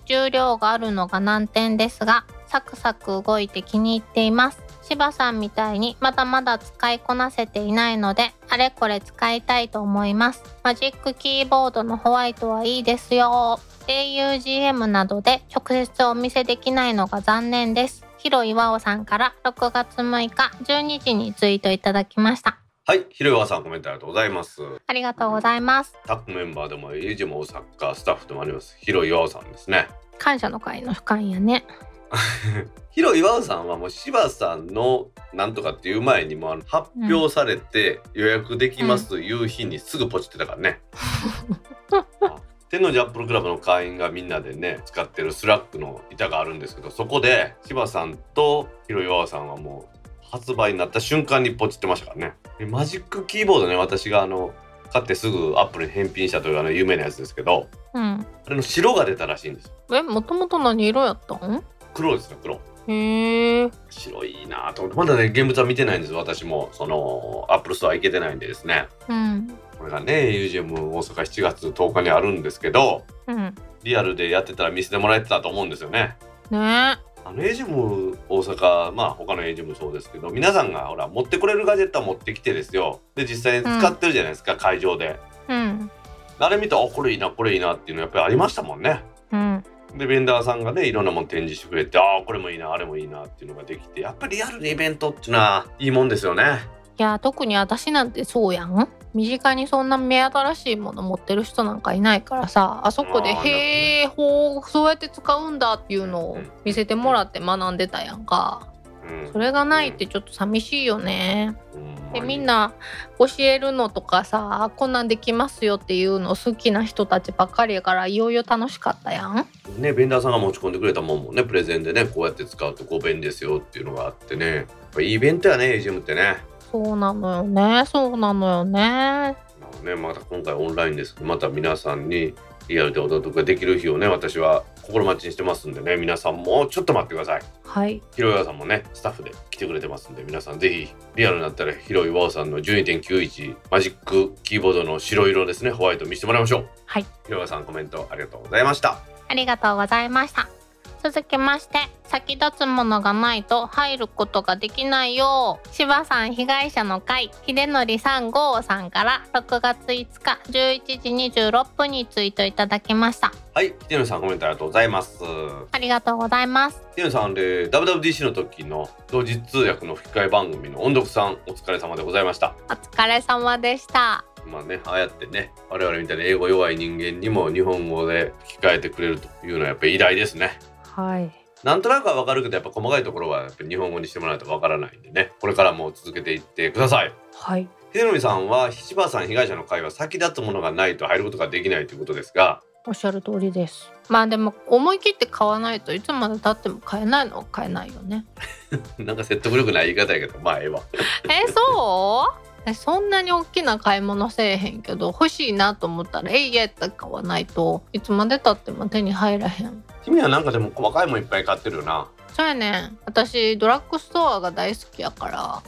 Speaker 1: 重量があるのが難点ですが、サクサク動いて気に入っています。柴さんみたいにまだまだ使いこなせていないので、あれこれ使いたいと思います。マジックキーボードのホワイトはいいですよ。augm などで直接お見せできないのが残念です。ひろいわおさんから6月6日12時にツイートいただきました。
Speaker 2: はい、ひろいわさんコメントありがとうございます。
Speaker 1: ありがとうございます。
Speaker 2: タッグメンバーでもエイジも大阪スタッフでもありますひろいわおさんですね。
Speaker 1: 感謝の会の主幹やね。
Speaker 2: ひろいわおさんはもう柴さんのなんとかっていう前にも発表されて予約できますという日にすぐポチってたからね。天王寺アップルクラブの会員がみんなでね使ってるスラックの板があるんですけど、そこで柴さんとひろいわおさんはもう発売になった瞬間にポチってましたからね。マジックキーボードね、私が買ってすぐアップルに返品したという有名なやつですけど、あれの白が出たらしいんですよ。
Speaker 1: もともと何色やったん？
Speaker 2: 黒ですね、黒。
Speaker 1: へえ。
Speaker 2: 白いなと思って、まだね現物は見てないんです。私もそのアップルストア行けてないんでですね、これがね UGM 大阪7月10日にあるんですけど、リアルでやってたら見せてもらえてたと思うんですよね。AGM 大阪、他の AGM もそうですけど、皆さんがほら持ってこれるガジェットは持ってきてですよ、で実際に使ってるじゃないですか、会場で、あれ見たらこれいいなこれいいなっていうのやっぱりありましたもんね。でベンダーさんがねいろんなもの展示してくれて、これもいいなあれもいいなっていうのができて、やっぱりリアルにイベントっていうのはいいもんですよね。
Speaker 1: いや特に私なんてそうやん。身近にそんな目新しいもの持ってる人なんかいないからさ、あそこでへーほうそうやって使うんだっていうのを見せてもらって学んでたやんか。それがないってちょっと寂しいよね。でみんな教えるのとかさ、こんなんできますよっていうの好きな人たちばっかりやから、いよいよ楽しかったやん
Speaker 2: ね。ベンダーさんが持ち込んでくれたもんもね、プレゼンでねこうやって使うと便利ですよっていうのがあってね、やっぱいいイベントやね AGM ってね。
Speaker 1: そうなのよね、そうなのよね。
Speaker 2: また今回オンラインですけど、また皆さんにリアルでお届けできる日をね私は心待ちにしてますんでね、皆さんもちょっと待ってください。
Speaker 1: はい。
Speaker 2: ひろいわさんもねスタッフで来てくれてますんで、皆さんぜひリアルになったらひろいわさんの 12.91 マジックキーボードの白色ですね、ホワイト見せてもらいましょう。
Speaker 1: はい。
Speaker 2: ひろいわさんコメントありがとうございました。
Speaker 1: ありがとうございました。続きまして、先立つものがないと入ることができないよ。柴さん被害者の会、秀則355さんから6月5日11時26分にツイートいただきました。
Speaker 2: はい、秀則さんコメントありがとうございます。
Speaker 1: ありがとうございます。
Speaker 2: 秀則さんで WWDC の時の同時通訳の吹き替え番組の音読さん、お疲れ様でございました。
Speaker 1: お疲れ様でした。
Speaker 2: ああやってね我々みたいな英語弱い人間にも日本語で吹き替えてくれるというのはやっぱり偉大ですね。
Speaker 1: はい。
Speaker 2: なんとなくはわかるけど、やっぱ細かいところはやっぱり日本語にしてもらうとわからないんでね、これからも続けていってください。
Speaker 1: はい。
Speaker 2: 秀則さんは柴さん被害者の会は先立つものがないと入ることができないということですが、
Speaker 1: おっしゃる通りです。でも思い切って買わないといつまで経っても買えないのは買えないよね。
Speaker 2: なんか説得力ない言い方やけど、ええわ。
Speaker 1: そうそんなに大きな買い物せえへんけど、欲しいなと思ったらやった買わないといつまで経っても手に入らへん。
Speaker 2: 君はなんかでも細かいもんいっぱい買ってるよな。
Speaker 1: そうやねん。私ドラッグストアが大好きやから、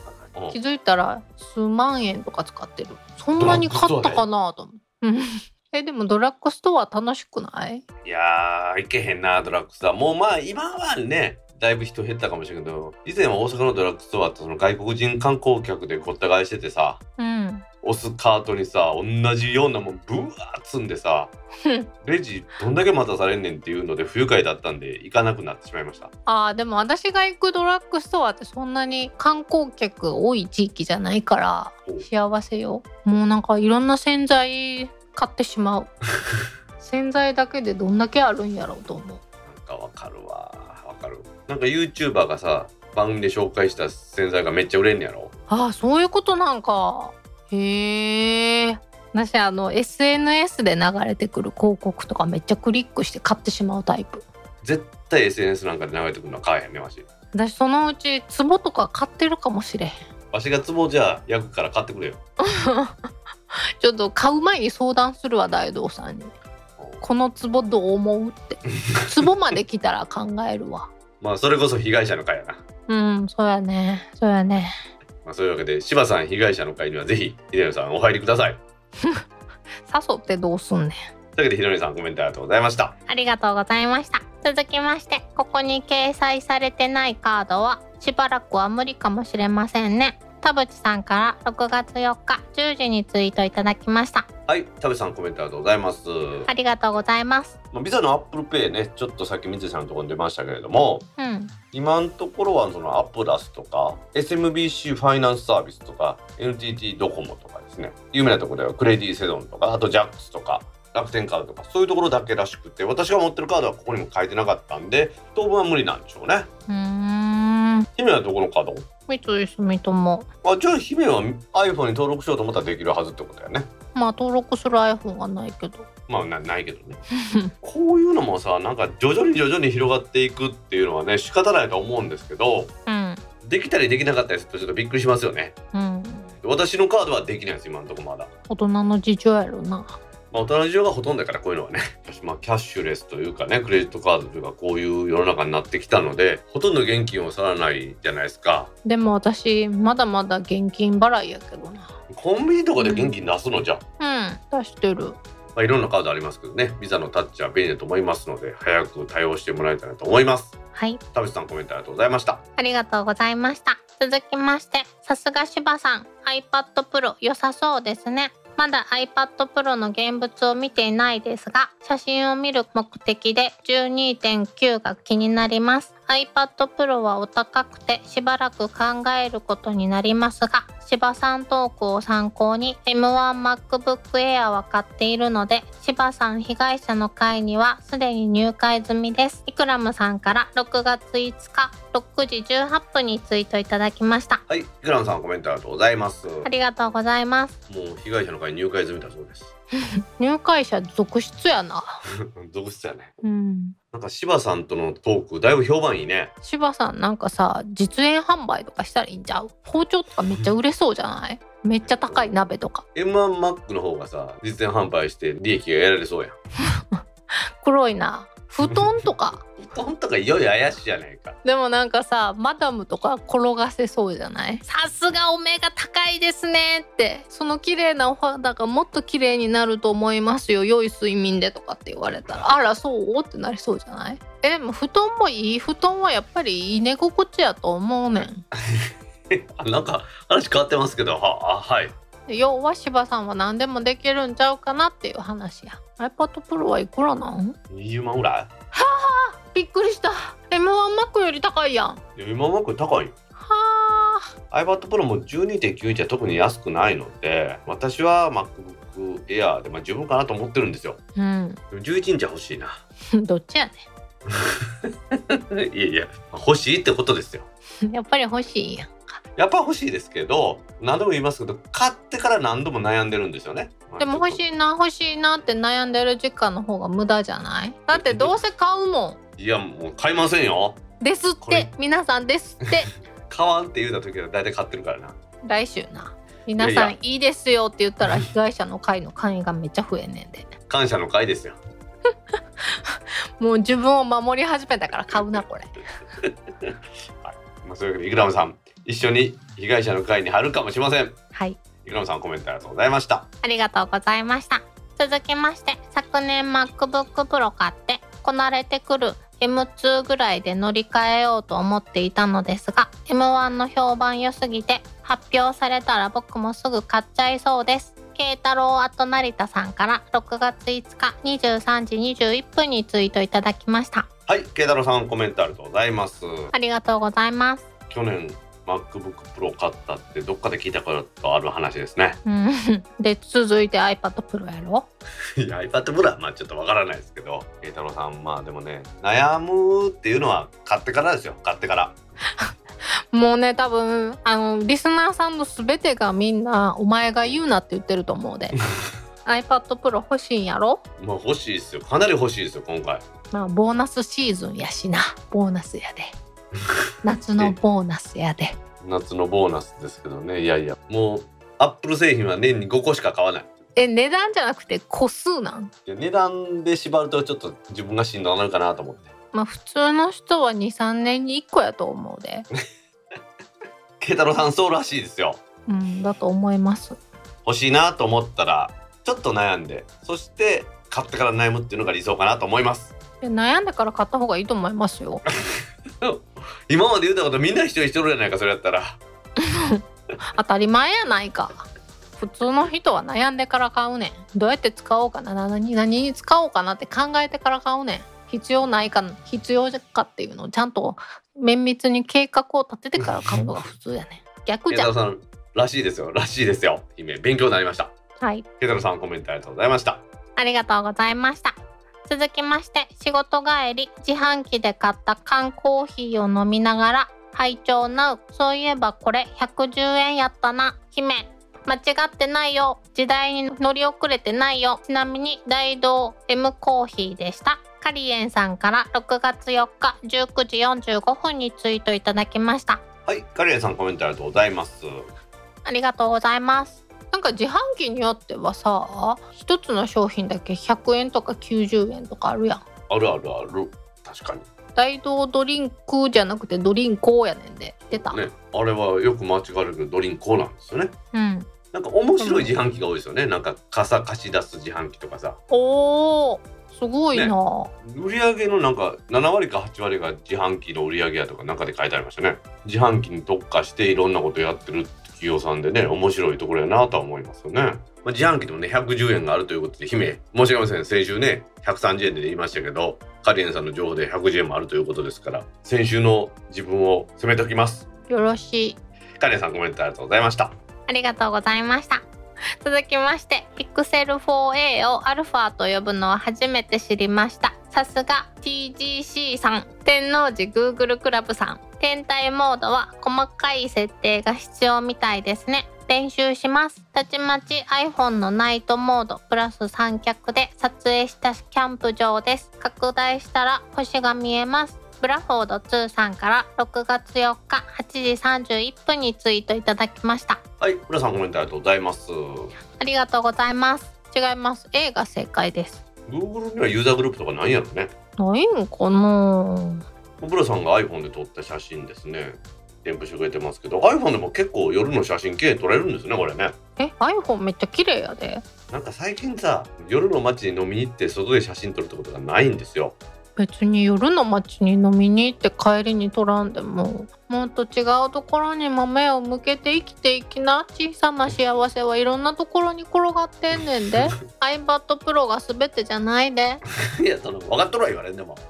Speaker 1: 気づいたら数万円とか使ってる。そんなに買ったかなと思う。でもドラッグストア楽しくない？
Speaker 2: いやー、行けへんなドラッグストア。もう今はねだいぶ人減ったかもしれんけど、以前は大阪のドラッグストアってその外国人観光客でごった返しててさ、押すカートにさ同じようなもんブワー積んでさレジどんだけ待たされんねんっていうので不愉快だったんで行かなくなってしまいました。
Speaker 1: でも私が行くドラッグストアってそんなに観光客多い地域じゃないから幸せよ。もうなんかいろんな洗剤買ってしまう。洗剤だけでどんだけあるんやろうと思う。
Speaker 2: なんかわかるわ、わかる。なんか YouTuber がさ番組で紹介した洗剤がめっちゃ売れんねやろ。
Speaker 1: そういうことなんか。へえ。私SNS で流れてくる広告とかめっちゃクリックして買ってしまうタイプ。
Speaker 2: 絶対 SNS なんかで流れてくるのは買えへんねわし。
Speaker 1: 私そのうち壺とか買ってるかもしれへん。
Speaker 2: わしが壺じゃあ焼くから買ってくれよ。
Speaker 1: ちょっと買う前に相談するわ大道さんに。この壺どう思うって壺まで来たら考えるわ。
Speaker 2: それこそ被害者の会やな。
Speaker 1: そうやねそうやね。
Speaker 2: そういうわけで柴さん被害者の会にはぜひ秀則さんお入りください。
Speaker 1: 誘ってどうすんねん。
Speaker 2: というわけで秀則さんコメントありがとうございました。
Speaker 1: ありがとうございました。 続きまして、ここに掲載されてないカードはしばらくは無理かもしれませんね。田淵さんから6月4日10時にツイートいただきました。
Speaker 2: はい、田淵さんコメントありがとうございます。
Speaker 1: ありがとうございます。
Speaker 2: ビザの Apple Pay ね、ちょっとさっき三井さんのところに出ましたけれども、今のところはそのアプラスとか SMBC ファイナンスサービスとか NTT ドコモとかですね、有名なところではクレディセドンとか、あとジャックスとか楽天カードとか、そういうところだけらしくて、私が持ってるカードはここにも書いてなかったんで、当分は無理なんでしょうね。姫はどこのカード？
Speaker 1: 三井住友。
Speaker 2: じゃあ姫は iPhone に登録しようと思ったらできるはずってことだよね。
Speaker 1: 登録する iPhone はないけど。
Speaker 2: ないけどね。こういうのもさ、なんか徐々に広がっていくっていうのはね、仕方ないと思うんですけど、できたりできなかったりするとちょっとびっくりしますよね。私のカードはできないです、今のところまだ。
Speaker 1: 大人の事情やろな。
Speaker 2: 大人の事情がほとんどだから、こういうのはね、キャッシュレスというかね、クレジットカードというか、こういう世の中になってきたので、ほとんど現金を去らないじゃないですか。
Speaker 1: でも私まだまだ現金払いやけどな。
Speaker 2: コンビニとかで現金出すの？じゃ
Speaker 1: 出してる。
Speaker 2: いろんなカードありますけどね、ビザのタッチは便利だと思いますので、早く対応してもらいたいなと思います。
Speaker 1: はい。
Speaker 2: 田淵さんコメントありがとうございました。
Speaker 1: ありがとうございました。続きまして、さすが柴さん、 iPad Pro 良さそうですね。まだ iPad Pro の現物を見ていないですが、写真を見る目的で 12.9 が気になります。iPad Pro はお高くてしばらく考えることになりますが、柴さんトークを参考に M1MacBook Air は買っているので、柴さん被害者の会にはすでに入会済みです。イクラムさんから6月5日6時18分にツイートいただきました。
Speaker 2: はい、イクラムさんコメントありがとうございます。
Speaker 1: ありがとうございます。
Speaker 2: もう被害者の会に入会済みだそうです。
Speaker 1: 入会者続出やな。
Speaker 2: 続出やね。なんか柴さんとのトークだいぶ評判いいね。
Speaker 1: 柴さんなんかさ、実演販売とかしたらいいんちゃう？包丁とかめっちゃ売れそうじゃない？めっちゃ高い鍋とか。
Speaker 2: M1Mac の方がさ、実演販売して利益が得られそうやん。
Speaker 1: 黒いな。布団とか
Speaker 2: 布団とかいよいよ怪しいじゃないか。
Speaker 1: でもなんかさ、マダムとか転がせそうじゃない？さすがお目が高いですねって、その綺麗なお肌がもっと綺麗になると思いますよ、良い睡眠でとかって言われたら、あらそうってなりそうじゃない？でも布団もいい布団はやっぱりいい寝心地やと思うねん。
Speaker 2: なんか話変わってますけど、はい。
Speaker 1: 要は柴さんは何でもできるんちゃうかなっていう話や。 iPad Pro はいくらなん？
Speaker 2: 20万ぐらい？
Speaker 1: はあ、びっくりした。 M1Mac より高いやん。
Speaker 2: M1Mac 高い。
Speaker 1: は
Speaker 2: あ。 iPad Pro も 12.9 インチは特に安くないので、私は MacBook Air で十分かなと思ってるんですよ。11インチは欲しいな。
Speaker 1: どっちやね
Speaker 2: ん。いや欲しいってことですよ。
Speaker 1: やっぱり欲しいやん。
Speaker 2: やっぱ欲しいですけど、何度も言いますけど、買ってから何度も悩んでるんですよね。
Speaker 1: でも欲しいなって悩んでる時間の方が無駄じゃない？だってどうせ買うもん。
Speaker 2: いやもう買いませんよ。
Speaker 1: ですって、皆さんですって。
Speaker 2: 買わんって言うた時は大体買ってるからな。
Speaker 1: 来週な、皆さんいいですよって言ったら被害者の会の会員がめっちゃ増えんねんで。
Speaker 2: 感謝の会ですよ。
Speaker 1: もう自分を守り始めたから買うなこれ。
Speaker 2: はい、そういうわけでイクラムさん、一緒に被害者の会に貼るかもしれません。
Speaker 1: はい。
Speaker 2: イクラムさんコメントありがとうございました。
Speaker 1: ありがとうございました。続きまして、昨年 MacBook Pro 買ってこなれてくる M2 ぐらいで乗り換えようと思っていたのですが、 M1 の評判良すぎて発表されたら僕もすぐ買っちゃいそうです。慶太郎成田さんから6月5日23時21分にツイートいただきました。
Speaker 2: はい、慶太郎さんコメントありがとうございます。
Speaker 1: ありがとうございます。
Speaker 2: 去年 MacBook Pro 買ったってどっかで聞いたことある話ですね。
Speaker 1: で続いて iPad Pro やろ。
Speaker 2: いや iPad Pro はちょっとわからないですけど、慶太郎さんでもね、悩むっていうのは買ってからですよ。買ってから
Speaker 1: もうね、多分リスナーさんのすべてがみんなお前が言うなって言ってると思うで。iPad Pro 欲しいんやろ。
Speaker 2: 欲しいですよ。かなり欲しいですよ今回。
Speaker 1: ボーナスシーズンやしな。ボーナスやで。夏のボーナスやで。
Speaker 2: 夏のボーナスですけどね。いやもうアップル製品は年に5個しか買わない。
Speaker 1: 値段じゃなくて個数なん？
Speaker 2: いや値段で縛るとちょっと自分がしんどくなるかなと思って。
Speaker 1: 普通の人は 2,3 年に1個やと思うで。
Speaker 2: 慶太郎さんそうらしいですよ。
Speaker 1: だと思います。
Speaker 2: 欲しいなと思ったらちょっと悩んで、そして買ってから悩むっていうのが理想かなと思います。
Speaker 1: 悩んでから買った方がいいと思いますよ。
Speaker 2: 今まで言ったことみんな一緒にしとるじゃないか、それやったら。
Speaker 1: 当たり前やないか。普通の人は悩んでから買うねん。どうやって使おうかな、何に使おうかなって考えてから買うねん。必要ないか必要かっていうのをちゃんと綿密に計画を立ててから買うのが普通やねん。逆じゃん。
Speaker 2: ケイタロウさんらしいですよ、姫、勉強になりました。
Speaker 1: はい、
Speaker 2: ケイタロウさんコメントありがとうございました。
Speaker 1: ありがとうございました。続きまして、仕事帰り自販機で買った缶コーヒーを飲みながら、拝聴なう、そういえばこれ110円やったな、姫間違ってないよ、時代に乗り遅れてないよ。ちなみに大道 M コーヒーでした。カリエンさんから6月4日19時45分にツイートいただきました。
Speaker 2: はい、カリエンさんコメントありがとうございます。
Speaker 1: ありがとうございます。なんか自販機によってはさ、一つの商品だけ100円とか90円とかあるやん。
Speaker 2: ある、確かに
Speaker 1: 大道ドリンクじゃなくてドリンコーやねんで。出た、
Speaker 2: ね、あれはよく間違われるけどドリンコーなんですよね。
Speaker 1: うん、
Speaker 2: なんか面白い自販機が多いですよね。なんか傘貸し出す自販機とかさ。
Speaker 1: おー、すごいな、
Speaker 2: 売上のなんか7割か8割が自販機の売上やとかなんかで書いてありましたね。自販機に特化していろんなことやってる企業さんでね、面白いところやなとは思いますよね。自販機でもね110円があるということで、姫申し訳ありません、先週ね130円で言いましたけど、カリエンさんの情報で110円もあるということですから、先週の自分を責めておきます。
Speaker 1: よろしい。
Speaker 2: カリエンさんコメントありがとうございました。
Speaker 1: ありがとうございました。続きまして、ピクセル 4a をアルファと呼ぶのは初めて知りました。さすが TGC さん、天王寺 Google クラブさん。天体モードは細かい設定が必要みたいですね。練習します。たちまち iPhone のナイトモードプラス三脚で撮影したキャンプ場です。拡大したら星が見えます。ブラフォード2さんから6月4日8時31分にツイートいただきました。
Speaker 2: はい、皆さんコメントありがとうございます。
Speaker 1: ありがとうございます。違います。A が正解です。
Speaker 2: Google にはユーザーグループとかないんやろね。
Speaker 1: ないんかな。
Speaker 2: ブラさんが iPhone で撮った写真ですね、添付してくれてますけど、 iPhone でも結構夜の写真綺麗に撮れるんですね、これね。
Speaker 1: iPhone めっちゃ綺麗やで。
Speaker 2: なんか最近さ、夜の街に飲みに行って外で写真撮るってことがないんですよ。
Speaker 1: 別に夜の街に飲みに行って帰りに撮らんでも、もっと違うところにも目を向けて生きていきな。小さな幸せはいろんなところに転がってんねんでiPad Pro が全てじゃないで
Speaker 2: いや、その分かっとるわ言われんでも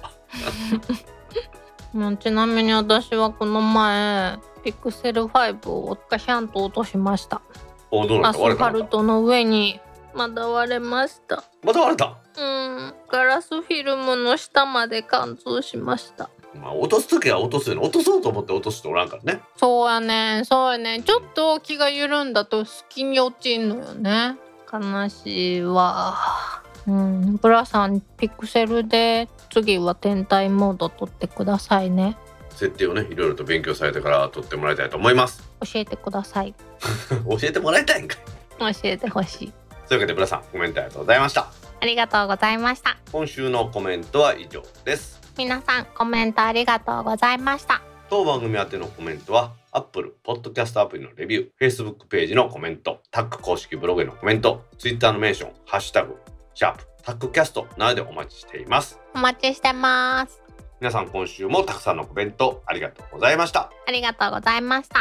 Speaker 1: ちなみに私はこの前ピクセル5をガシャンと落としました。
Speaker 2: どうなった？
Speaker 1: アスファルトの上にまだ割れました。
Speaker 2: また割れた？
Speaker 1: ガラスフィルムの下まで貫通しました。
Speaker 2: 落とすときは落とすよね。落とそうと思って落とす人おらんからね。
Speaker 1: そうやね。ちょっと気が緩んだと隙に落ちんのよね。悲しいわ。ブラさんピクセルで次は天体モード撮ってくださいね。
Speaker 2: 設定をね、いろいろと勉強されてから撮ってもらいたいと思います。
Speaker 1: 教えてください
Speaker 2: 教えてもらいたいんかい。
Speaker 1: 教えてほしい。
Speaker 2: というわけでブラさんコメントありがとうございました。
Speaker 1: ありがとうございました。
Speaker 2: 今週のコメントは以上です。
Speaker 1: 皆さんコメントありがとうございました。
Speaker 2: 当番組宛てのコメントは Apple Podcast アプリのレビュー、Facebook ページのコメント、タック公式ブログへのコメント、Twitter のメンション、ハッシュタグ#タックキャストなどでお待ちしています。
Speaker 1: お待ちしてます。
Speaker 2: 皆さん今週もたくさんのコメントありがとうございました。
Speaker 1: ありがとうございました。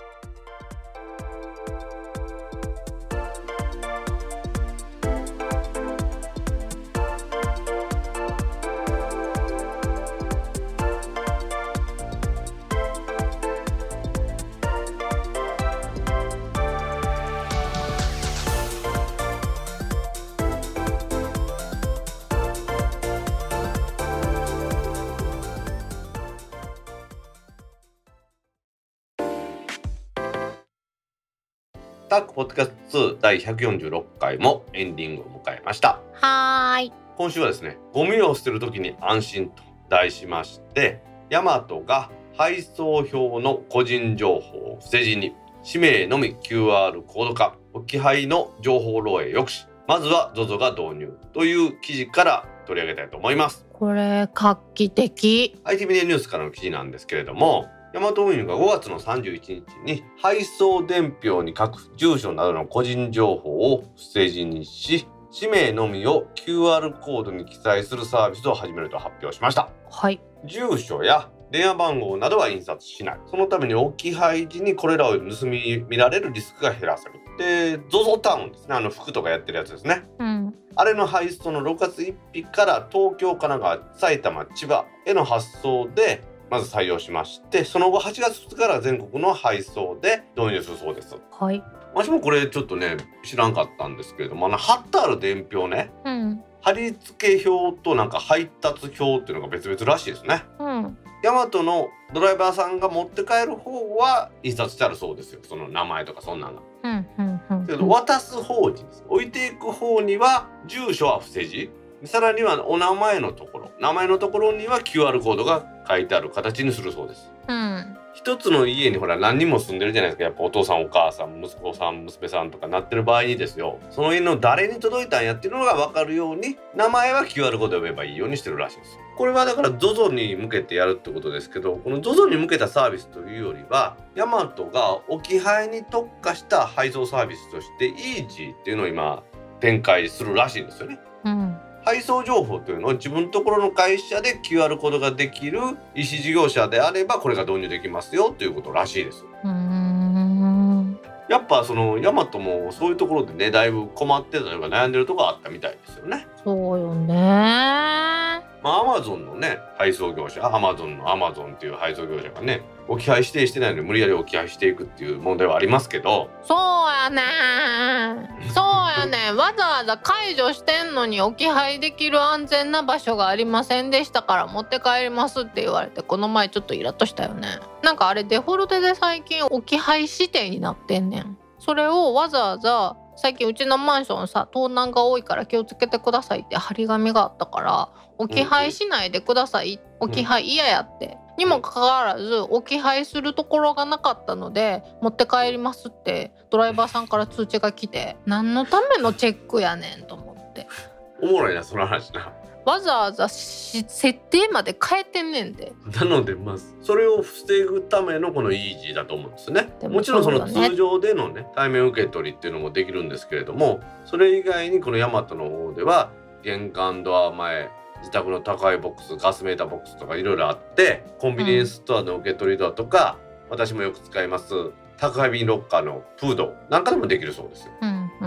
Speaker 2: タックポッドキャスト2第146回もエンディングを迎えました。今週はですね、ゴミを捨てるときに安心と題しまして、ヤマトが配送表の個人情報を捨てずに氏名のみ QR コード化、置き配の情報漏洩抑止、まずは ZOZO が導入という記事から取り上げたいと思います。
Speaker 1: これ画期的。
Speaker 2: IT メディアニュースからの記事なんですけれども、ヤマト運輸が5月の31日に配送伝票に書く住所などの個人情報を不正字にし、 氏名のみを QR コードに記載するサービスを始めると発表しました。
Speaker 1: はい。
Speaker 2: 住所や電話番号などは印刷しない。そのために置き配時にこれらを盗み見られるリスクが減らせる。で、ZOZO タウンですね。服とかやってるやつですね。あれの配送の6月1日から東京、神奈川、埼玉、千葉への発送でまず採用しまして、その後8月2日から全国の配送で導入するそうです。
Speaker 1: はい。
Speaker 2: 私もこれちょっとね知らんかったんですけれども、貼ってある伝票ね、貼り付け表と配達表っていうのが別々らしいですね。ヤマトのドライバーさんが持って帰る方は印刷してあるそうですよ。その名前とかそんなのが。渡す方にです。置いていく方には住所は伏せ字。さらにはお名前のところ、名前のところには QR コードが書いてある形にするそうです。一つの家に何人も住んでるじゃないですか。やっぱお父さんお母さん息子さん娘さんとかなってる場合にですよ、その家の誰に届いたんやっていうのが分かるように名前は QR コードで呼べばいいようにしてるらしいです。これはだから ZOZO に向けてやるってことですけど、この ZOZO に向けたサービスというよりはヤマトが置き配に特化した配送サービスとして EASY っていうのを今展開するらしいんですよね。配送情報というのを自分のところの会社で QR コードができる EC 事業者であればこれが導入できますよということらしいです。やっぱそのヤマトもそういうところでねだいぶ困ってたというか悩んでるところあったみたいですよね。
Speaker 1: そうよね。
Speaker 2: アマゾンのね配送業者、アマゾンのアマゾンっていう配送業者がね置き配指定してないのに無理やり置き配していくっていう問題はありますけど、
Speaker 1: そうやねわざわざ解除してんのに置き配できる安全な場所がありませんでしたから持って帰りますって言われて、この前ちょっとイラッとしたよね。あれデフォルトで最近置き配指定になってんねん。それをわざわざ最近うちのマンション盗難が多いから気をつけてくださいって張り紙があったから、置き配しないでください、置き配嫌やってにもかかわらず置き配するところがなかったので持って帰りますってドライバーさんから通知が来て、何のためのチェックやねんと思って。
Speaker 2: おもろいなその話な。
Speaker 1: わざわざ設定まで変えてんねんで。
Speaker 2: なのでそれを防ぐためのこの EASY だと思うんですね。もちろんその通常でのね対面受け取りっていうのもできるんですけれども、それ以外にこのヤマトの方では玄関ドア前、自宅の宅配ボックス、ガスメーターボックスとかいろいろあって、コンビニエンスストアの受け取りドアとか、私もよく使います宅配便ロッカーのフードなんかでもできるそうですよ。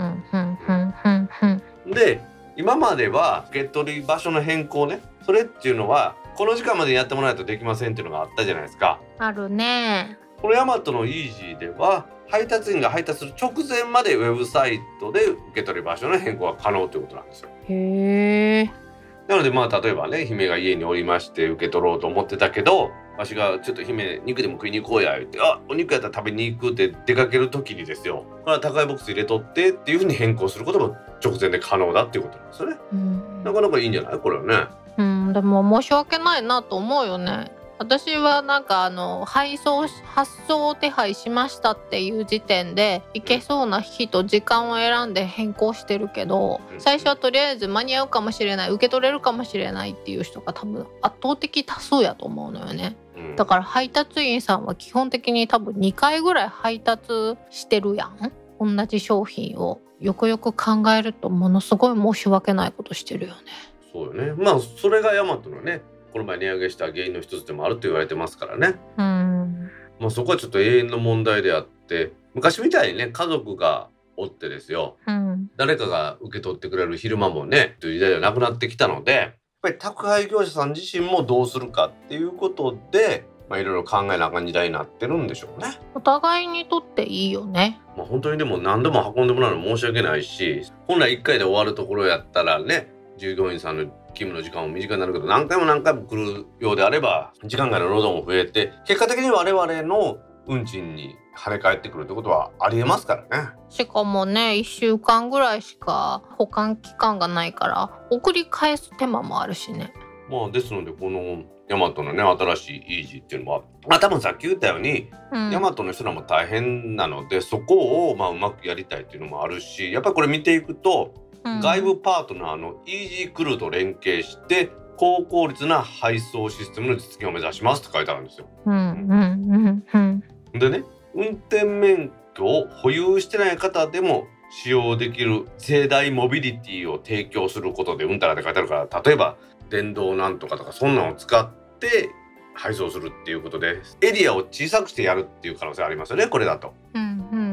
Speaker 2: で今までは受け取り場所の変更ね、それっていうのはこの時間までにやってもらえないとできませんっていうのがあったじゃないですか。
Speaker 1: あるね。こ
Speaker 2: のヤマトの EASY では配達員が配達する直前までウェブサイトで受け取り場所の変更が可能ということなんですよ。
Speaker 1: へー。
Speaker 2: なので例えばね、姫が家におりまして受け取ろうと思ってたけど、わしがちょっと姫肉でも食いに行こうや言って、お肉やったら食べに行くって出かける時にですよ、これは宅配ボックス入れとってっていう風に変更することも直前で可能だっていうことなんですよね。なかなかいいんじゃないこれはね。
Speaker 1: でも申し訳ないなと思うよね。私は発送手配しましたっていう時点で行けそうな日と時間を選んで変更してるけど、最初はとりあえず間に合うかもしれない、受け取れるかもしれないっていう人が多分圧倒的多数やと思うのよね。だから配達員さんは基本的に多分2回ぐらい配達してるやん、同じ商品を。よくよく考えるとものすごい申し訳ないことしてるよね。
Speaker 2: そうよね。それがヤマトのねこの前値上げした原因の一つでもあると言われてますからね。そこはちょっと永遠の問題であって、昔みたいにね家族がおってですよ、誰かが受け取ってくれる昼間もねという時代ではなくなってきたので、やっぱり宅配業者さん自身もどうするかっていうことでいろいろ考えなあかん時代になってるんでしょうね。
Speaker 1: お互いにとっていいよね。
Speaker 2: 本当にでも何度も運んでもらうの申し訳ないし、本来1回で終わるところやったらね、従業員さんの勤務の時間も短くなるけど、何回も来るようであれば時間外の労働も増えて、結果的に我々の運賃に跳ね返ってくるってことはありえますからね。
Speaker 1: しかもね1週間ぐらいしか保管期間がないから送り返す手間もあるしね。
Speaker 2: ですのでこのヤマトのね新しい EASY っていうのは多分さっき言ったように、ヤマトの人らも大変なのでそこをうまくやりたいっていうのもあるし、やっぱりこれ見ていくと、外部パートナーの EasyCrew クルーと連携して高効率な配送システムの実現を目指しますって書いてあるんですよ。でね、運転免許を保有してない方でも使用できる世代モビリティを提供することでうんたらって書いてあるから、例えば電動なんとかとかそんなのを使って配送するっていうことでエリアを小さくしてやるっていう可能性ありますよね、これだと。大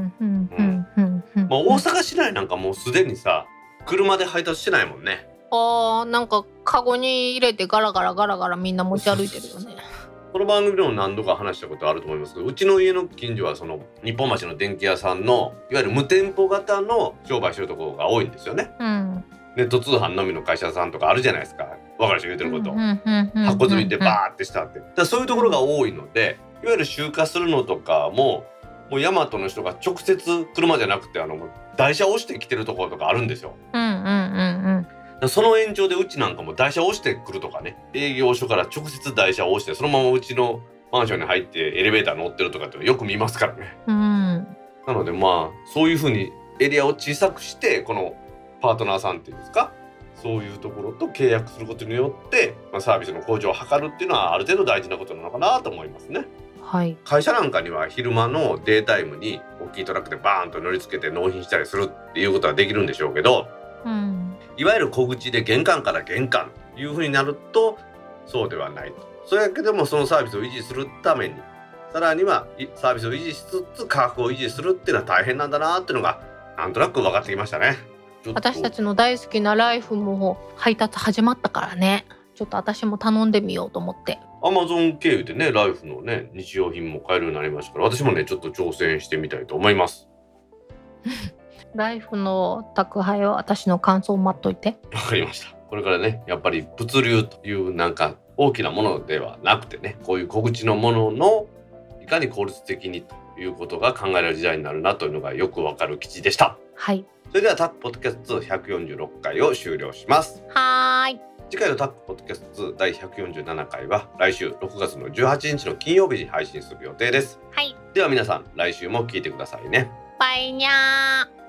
Speaker 2: 阪市内なんかもうすでにさ車で配達してないもんね。
Speaker 1: なんかカゴに入れてガラガラみんな持ち歩いてるよね。
Speaker 2: この番組でも何度か話したことあると思いますけど、うちの家の近所はその日本橋の電気屋さんのいわゆる無店舗型の商売してるところが多いんですよね。ネット通販のみの会社さんとかあるじゃないですか。わかるでしょ言ってること。箱積みでバーってしたって。だからそういうところが多いので、いわゆる集荷するのとかもヤマトの人が直接車じゃなくて台車を押してきてるところとかあるんですよ。その延長でうちなんかも台車を押してくるとかね、営業所から直接台車を押してそのままうちのマンションに入ってエレベーター乗ってるとかってよく見ますからね。なのでそういう風にエリアを小さくしてこのパートナーさんっていうんですか、そういうところと契約することによって、サービスの向上を図るっていうのはある程度大事なことなのかなと思いますね。会社なんかには昼間のデータイムに大きいトラックでバーンと乗り付けて納品したりするっていうことはできるんでしょうけど、いわゆる小口で玄関から玄関という風になるとそうではないと。それだけでもそのサービスを維持するためにさらにはサービスを維持しつつ価格を維持するっていうのは大変なんだなっていうのがなんとなく分かってきましたね。
Speaker 1: 私たちの大好きなライフも配達始まったからね、ちょっと私も頼んでみようと思って。
Speaker 2: アマゾン経由でねライフのね日用品も買えるようになりましたから、私もねちょっと挑戦してみたいと思います
Speaker 1: ライフの宅配は私の感想を待っといて。
Speaker 2: わかりました。これからねやっぱり物流というなんか大きなものではなくてね、こういう小口のもののいかに効率的にということが考えられる時代になるなというのがよくわかる記事でした。それではタックポッドキャスト146回を終了します。次回のタックポッドキャスト第147回は来週6月の18日の金曜日に配信する予定です。では皆さん来週も聞いてくださいね。
Speaker 1: バイニャー。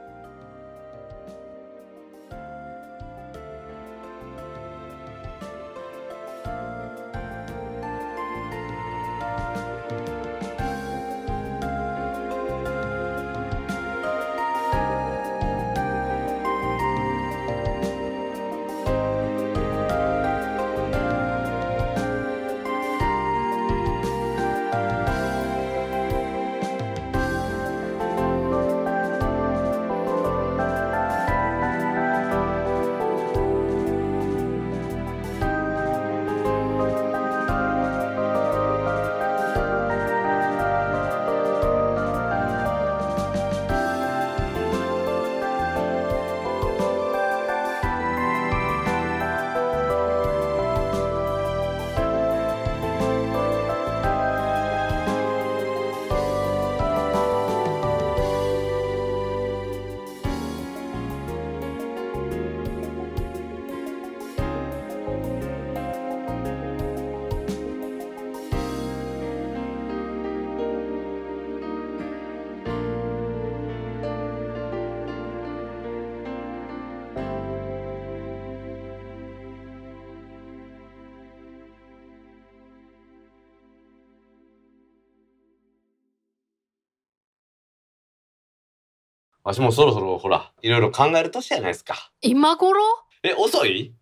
Speaker 2: 私もそろそろほらいろいろ考える年じゃないですか。
Speaker 1: 今頃？
Speaker 2: 遅い？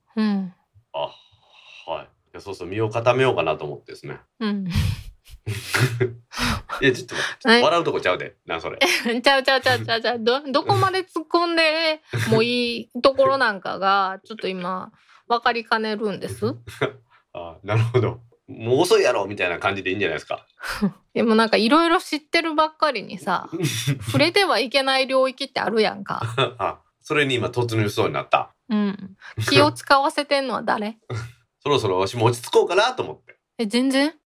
Speaker 2: はい。そうそう身を固めようかなと思ってですね。いやちょっと待って、笑うとこちゃうでなそれ。
Speaker 1: ちゃうどこまで突っ込んでもいいところなんかがちょっと今分かりかねるんです。
Speaker 2: なるほど。もう遅いやろみたいな感じでいいんじゃないですか。
Speaker 1: でもなんかいろいろ知ってるばっかりにさ触れてはいけない領域ってあるやんか。
Speaker 2: それに今突入しそうになった。
Speaker 1: 気を使わせてんのは誰？
Speaker 2: そろそろ私も落ち着こうかなと思って。
Speaker 1: 全然